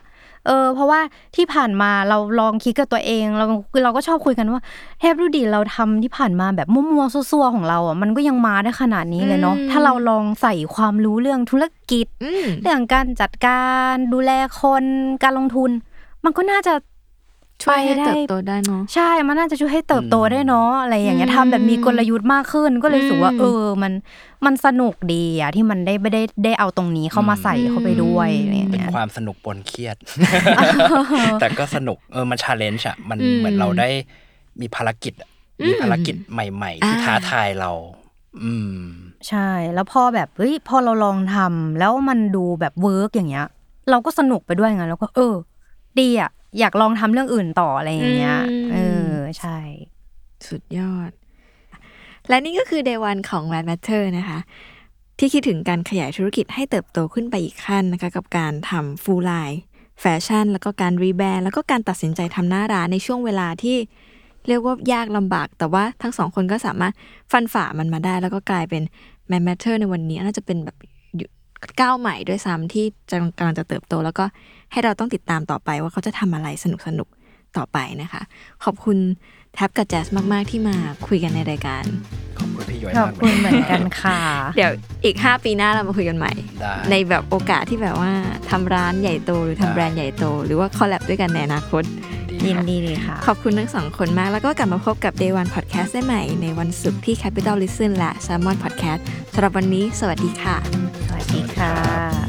เพราะว่าที่ผ่านมาเราลองคิดกับตัวเองเราก็ชอบคุยกันว่าเทพดูดิเราทำที่ผ่านมาแบบมั่วๆซั่วๆของเราอ่ะมันก็ยังมาได้ขนาดนี้เลยเนาะถ้าเราลองใส่ความรู้เรื่องธุรกิจเรื่องการจัดการดูแลคนการลงทุนมันก็น่าจะช่วยให้เติบโตได้เนาะใช่มันน่าจะช่วยให้เติบโตได้เนาะอะไรอย่างเงี้ยทำแบบมีกลยุทธ์มากขึ้นก็เลยรู้สึกว่ามันสนุกดีอ่ะที่มันได้เอาตรงนี้เข้ามาใส่เข้าไปด้วยอะไรอย่างเงี้ยเป็นความสนุกปนเครียด แต่ก็สนุกมัน challenge อ่ะมันเหมือนเราได้มีภารกิจใหม่ๆที่ท้าทายเราใช่แล้วพอแบบพอเราลองทำแล้วมันดูแบบเวิร์กอย่างเงี้ยเราก็สนุกไปด้วยไงแล้วก็ดีอ่ะอยากลองทำเรื่องอื่นต่ออะไรอย่างเงี้ยใช่สุดยอดและนี่ก็คือ Day 1 ของ Mad Matter นะคะที่คิดถึงการขยายธุรกิจให้เติบโตขึ้นไปอีกขั้นนะคะกับการทำ full line แฟชั่นแล้วก็การรีแบรนด์แล้วก็การตัดสินใจทำหน้าร้านในช่วงเวลาที่เรียกว่ายากลำบากแต่ว่าทั้งสองคนก็สามารถฟันฝ่ามันมาได้แล้วก็กลายเป็น Mad Matter ในวันนี้น่าจะเป็นแบบก้าวใหม่ด้วยซ้ำที่กำลังจะเติบโตแล้วก็ให้เราต้องติดตามต่อไปว่าเขาจะทำอะไรสนุกต่อไปนะคะขอบคุณแท็บกับแจสมากๆที่มาคุยกันในรายการขอบคุณพี่ย้อยมากขอบคุณเหมือนกันค่ะเดี๋ยวอีก5 ปีหน้าเรามาคุยกันใหม่ในแบบโอกาสที่แบบว่าทำร้านใหญ่โตหรือทำแบรนด์ใหญ่โตหรือว่าคอลแลบด้วยกันในอนาคตยินดีเลยค่ะขอบคุณทั้งสองคนมากแล้วก็กลับมาพบกับ Day 1 Podcast ได้ใหม่ในวันศุกร์ที่ Capital Listen และ Salmon Podcast สำหรับวันนี้สวัสดีค่ะสวัสดีค่ะ